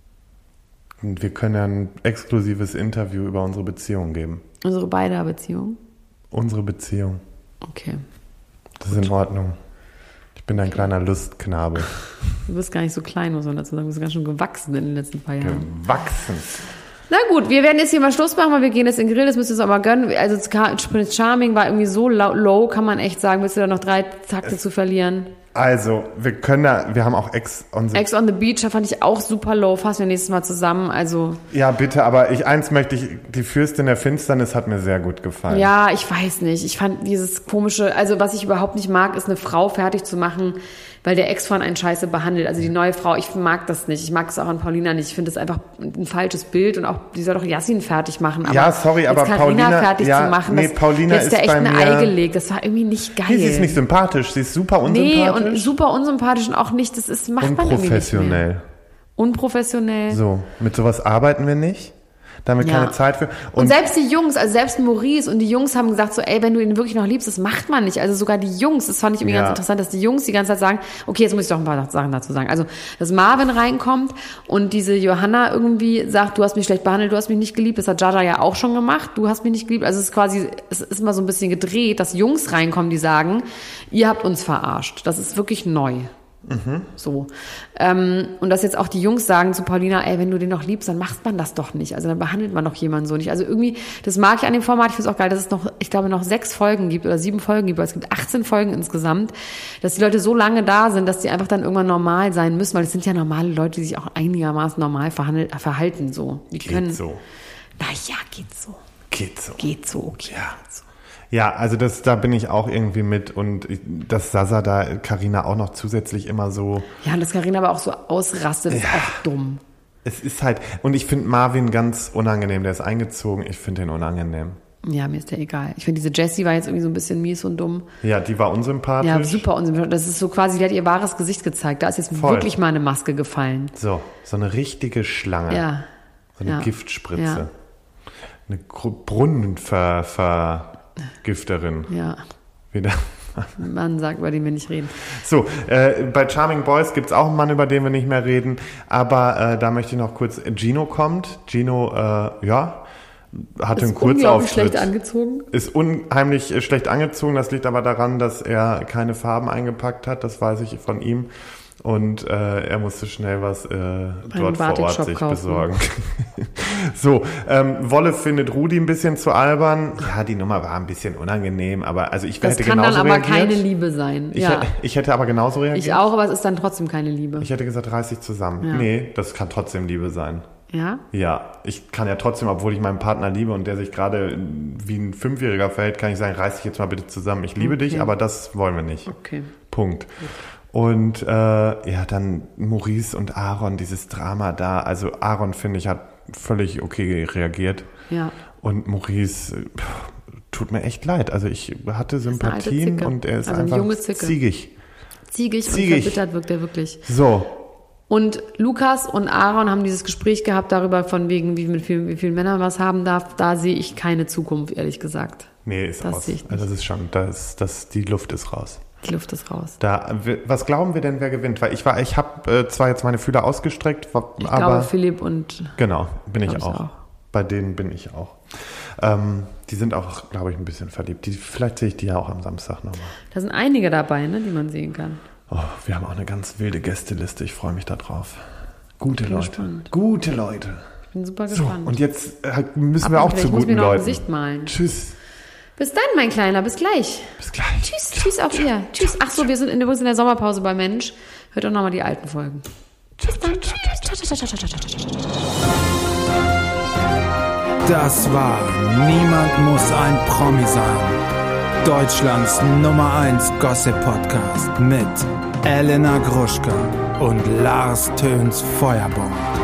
Speaker 3: Und wir können ja ein exklusives Interview über unsere Beziehung geben.
Speaker 2: Unsere beider Beziehung?
Speaker 3: Unsere Beziehung.
Speaker 2: Okay.
Speaker 3: Das ist in Ordnung. Ich bin ein kleiner Lustknabe.
Speaker 2: Du bist gar nicht so klein, muss man dazu sagen. Du bist ganz schön gewachsen in den letzten paar Jahren.
Speaker 3: Gewachsen.
Speaker 2: Na gut, wir werden jetzt hier mal Schluss machen, weil wir gehen jetzt in den Grill, das müsst ihr uns aber gönnen. Also Prince Charming war irgendwie so low, kann man echt sagen. Willst du da noch 3 Takte zu verlieren?
Speaker 3: Also, wir haben auch Ex on the...
Speaker 2: Ex on the Beach, da fand ich auch super low. Fassen wir nächstes Mal zusammen. Also
Speaker 3: Ja, bitte, aber die Fürstin der Finsternis hat mir sehr gut gefallen.
Speaker 2: ja, ich weiß nicht. Ich fand dieses komische, also was ich überhaupt nicht mag, ist eine Frau fertig zu machen, weil der Ex-Freund einen scheiße behandelt. Also die neue Frau, ich mag das nicht. Ich mag es auch an Paulina nicht. Ich finde das einfach ein falsches Bild und auch, die soll doch Yassin fertig machen. Aber
Speaker 3: Ja, sorry, aber
Speaker 2: jetzt Carina
Speaker 3: Paulina-
Speaker 2: fertig
Speaker 3: ja,
Speaker 2: zu machen,
Speaker 3: nee,
Speaker 2: das,
Speaker 3: Paulina
Speaker 2: jetzt ist da
Speaker 3: ist
Speaker 2: echt
Speaker 3: bei
Speaker 2: ein
Speaker 3: mir-
Speaker 2: Ei gelegt. Das war irgendwie nicht geil.
Speaker 3: Nee, sie ist nicht sympathisch, sie ist super unsympathisch.
Speaker 2: Nee, und super unsympathisch und auch nicht, das ist, macht man irgendwie nicht mehr.
Speaker 3: Unprofessionell.
Speaker 2: Unprofessionell.
Speaker 3: So, mit sowas arbeiten wir nicht. Da haben wir
Speaker 2: Ja.
Speaker 3: keine Zeit für.
Speaker 2: Und selbst die Jungs, also selbst Maurice und die Jungs haben gesagt so, ey, wenn du ihn wirklich noch liebst, das macht man nicht. Also sogar die Jungs, das fand ich irgendwie
Speaker 3: Ja.
Speaker 2: ganz interessant, dass die Jungs die ganze Zeit sagen, okay, jetzt muss ich doch ein paar Sachen dazu sagen. Also, dass Marvin reinkommt und diese Johanna irgendwie sagt, du hast mich schlecht behandelt, du hast mich nicht geliebt. Das hat Jaja ja auch schon gemacht, du hast mich nicht geliebt. Also es ist quasi, es ist mal so ein bisschen gedreht, dass Jungs reinkommen, die sagen, ihr habt uns verarscht. Das ist wirklich neu. So. Und dass jetzt auch die Jungs sagen zu Paulina, ey, wenn du den noch liebst, dann macht man das doch nicht. Also dann behandelt man doch jemanden so nicht. Also irgendwie, das mag ich an dem Format. Ich finde es auch geil, dass es noch, ich glaube, noch 6 Folgen gibt oder 7 Folgen gibt, weil es gibt 18 Folgen insgesamt, dass die Leute so lange da sind, dass die einfach dann irgendwann normal sein müssen, weil es sind ja normale Leute, die sich auch einigermaßen normal verhalten, so. Die können,
Speaker 3: Geht so.
Speaker 2: naja, geht so.
Speaker 3: Geht so.
Speaker 2: Geht so, okay.
Speaker 3: Ja. Ja, also da bin ich auch irgendwie mit und dass Sasa da Carina auch noch zusätzlich immer so.
Speaker 2: Ja, und dass Carina aber auch so ausrastet, ist auch dumm.
Speaker 3: Es ist halt, und ich finde Marvin ganz unangenehm, der ist eingezogen, ich finde den unangenehm.
Speaker 2: Ja, mir ist der egal. Ich finde, diese Jessie war jetzt irgendwie so ein bisschen mies und dumm.
Speaker 3: Ja, die war unsympathisch.
Speaker 2: Ja, super unsympathisch. Das ist so quasi, die hat ihr wahres Gesicht gezeigt. Da ist jetzt
Speaker 3: Voll.
Speaker 2: wirklich mal eine Maske gefallen.
Speaker 3: So eine richtige Schlange.
Speaker 2: Ja.
Speaker 3: So eine
Speaker 2: Ja.
Speaker 3: Giftspritze.
Speaker 2: Ja.
Speaker 3: Eine Brunnenvergifterin.
Speaker 2: Ja.
Speaker 3: Wieder.
Speaker 2: Ein Mann sagt, über den wir nicht reden.
Speaker 3: So, bei Charming Boys gibt's auch einen Mann, über den wir nicht mehr reden. Aber da möchte ich noch kurz, Gino kommt. Gino, hatte einen
Speaker 2: Unglaublich
Speaker 3: Kurzauftritt.
Speaker 2: schlecht angezogen.
Speaker 3: Ist unheimlich schlecht angezogen. Das liegt aber daran, dass er keine Farben eingepackt hat. Das weiß ich von ihm. Und er musste schnell was dort vor Ort
Speaker 2: Batik-Shop
Speaker 3: sich
Speaker 2: kaufen.
Speaker 3: besorgen. So, Wolle findet Rudi ein bisschen zu albern. Ja, die Nummer war ein bisschen unangenehm, aber also ich
Speaker 2: Das
Speaker 3: hätte
Speaker 2: kann dann
Speaker 3: genauso
Speaker 2: aber
Speaker 3: reagiert.
Speaker 2: keine Liebe sein.
Speaker 3: Ich hätte aber genauso reagiert.
Speaker 2: Ich auch, aber es ist dann trotzdem keine Liebe.
Speaker 3: Ich hätte gesagt, reiß dich zusammen.
Speaker 2: Ja.
Speaker 3: Nee, das kann trotzdem Liebe sein.
Speaker 2: Ja?
Speaker 3: Ja, ich kann ja trotzdem, obwohl ich meinen Partner liebe und der sich gerade wie ein 5-Jähriger verhält, kann ich sagen, reiß dich jetzt mal bitte zusammen. Ich liebe dich, aber das wollen wir nicht.
Speaker 2: Okay.
Speaker 3: Punkt. Und dann Maurice und Aaron, dieses Drama da. Also Aaron, finde ich, hat völlig okay reagiert.
Speaker 2: Ja.
Speaker 3: Und Maurice, tut mir echt leid. Also ich hatte Sympathien und er ist
Speaker 2: also
Speaker 3: einfach ziegig.
Speaker 2: Ziegig und verbittert wirkt er wirklich.
Speaker 3: So.
Speaker 2: Und Lukas und Aaron haben dieses Gespräch gehabt darüber, von wegen, wie vielen Männern was haben darf. Da sehe ich keine Zukunft, ehrlich gesagt.
Speaker 3: Nee, ist
Speaker 2: das
Speaker 3: raus.
Speaker 2: Sehe ich nicht.
Speaker 3: Also das ist schon, die Luft ist raus.
Speaker 2: Die Luft ist raus.
Speaker 3: Was glauben wir denn, wer gewinnt? Weil ich habe zwar jetzt meine Fühler ausgestreckt,
Speaker 2: ich glaube Philipp und...
Speaker 3: Genau, bin ich auch. Bei denen bin ich auch. Die sind auch, glaube ich, ein bisschen verliebt. Vielleicht sehe ich die ja auch am Samstag nochmal.
Speaker 2: Da sind einige dabei, ne, die man sehen kann.
Speaker 3: Oh, wir haben auch eine ganz wilde Gästeliste. Ich freue mich da drauf. Gute Leute.
Speaker 2: Gespannt.
Speaker 3: Gute Leute.
Speaker 2: Ich bin super gespannt.
Speaker 3: So, und jetzt müssen wir auch zu guten Leuten. Ich muss mir noch ein
Speaker 2: Gesicht malen.
Speaker 3: Tschüss.
Speaker 2: Bis dann, mein Kleiner. Bis gleich.
Speaker 3: Bis gleich.
Speaker 2: Tschüss auch ihr. Tschüss. Ach so, wir sind übrigens in der Sommerpause bei Mensch. Hört doch nochmal die alten Folgen. Bis dann. Tschüss.
Speaker 1: Das war Niemand muss ein Promi sein. Deutschlands Nummer 1 Gossip-Podcast mit Elena Gruschka und Lars Töns Feuerbomb.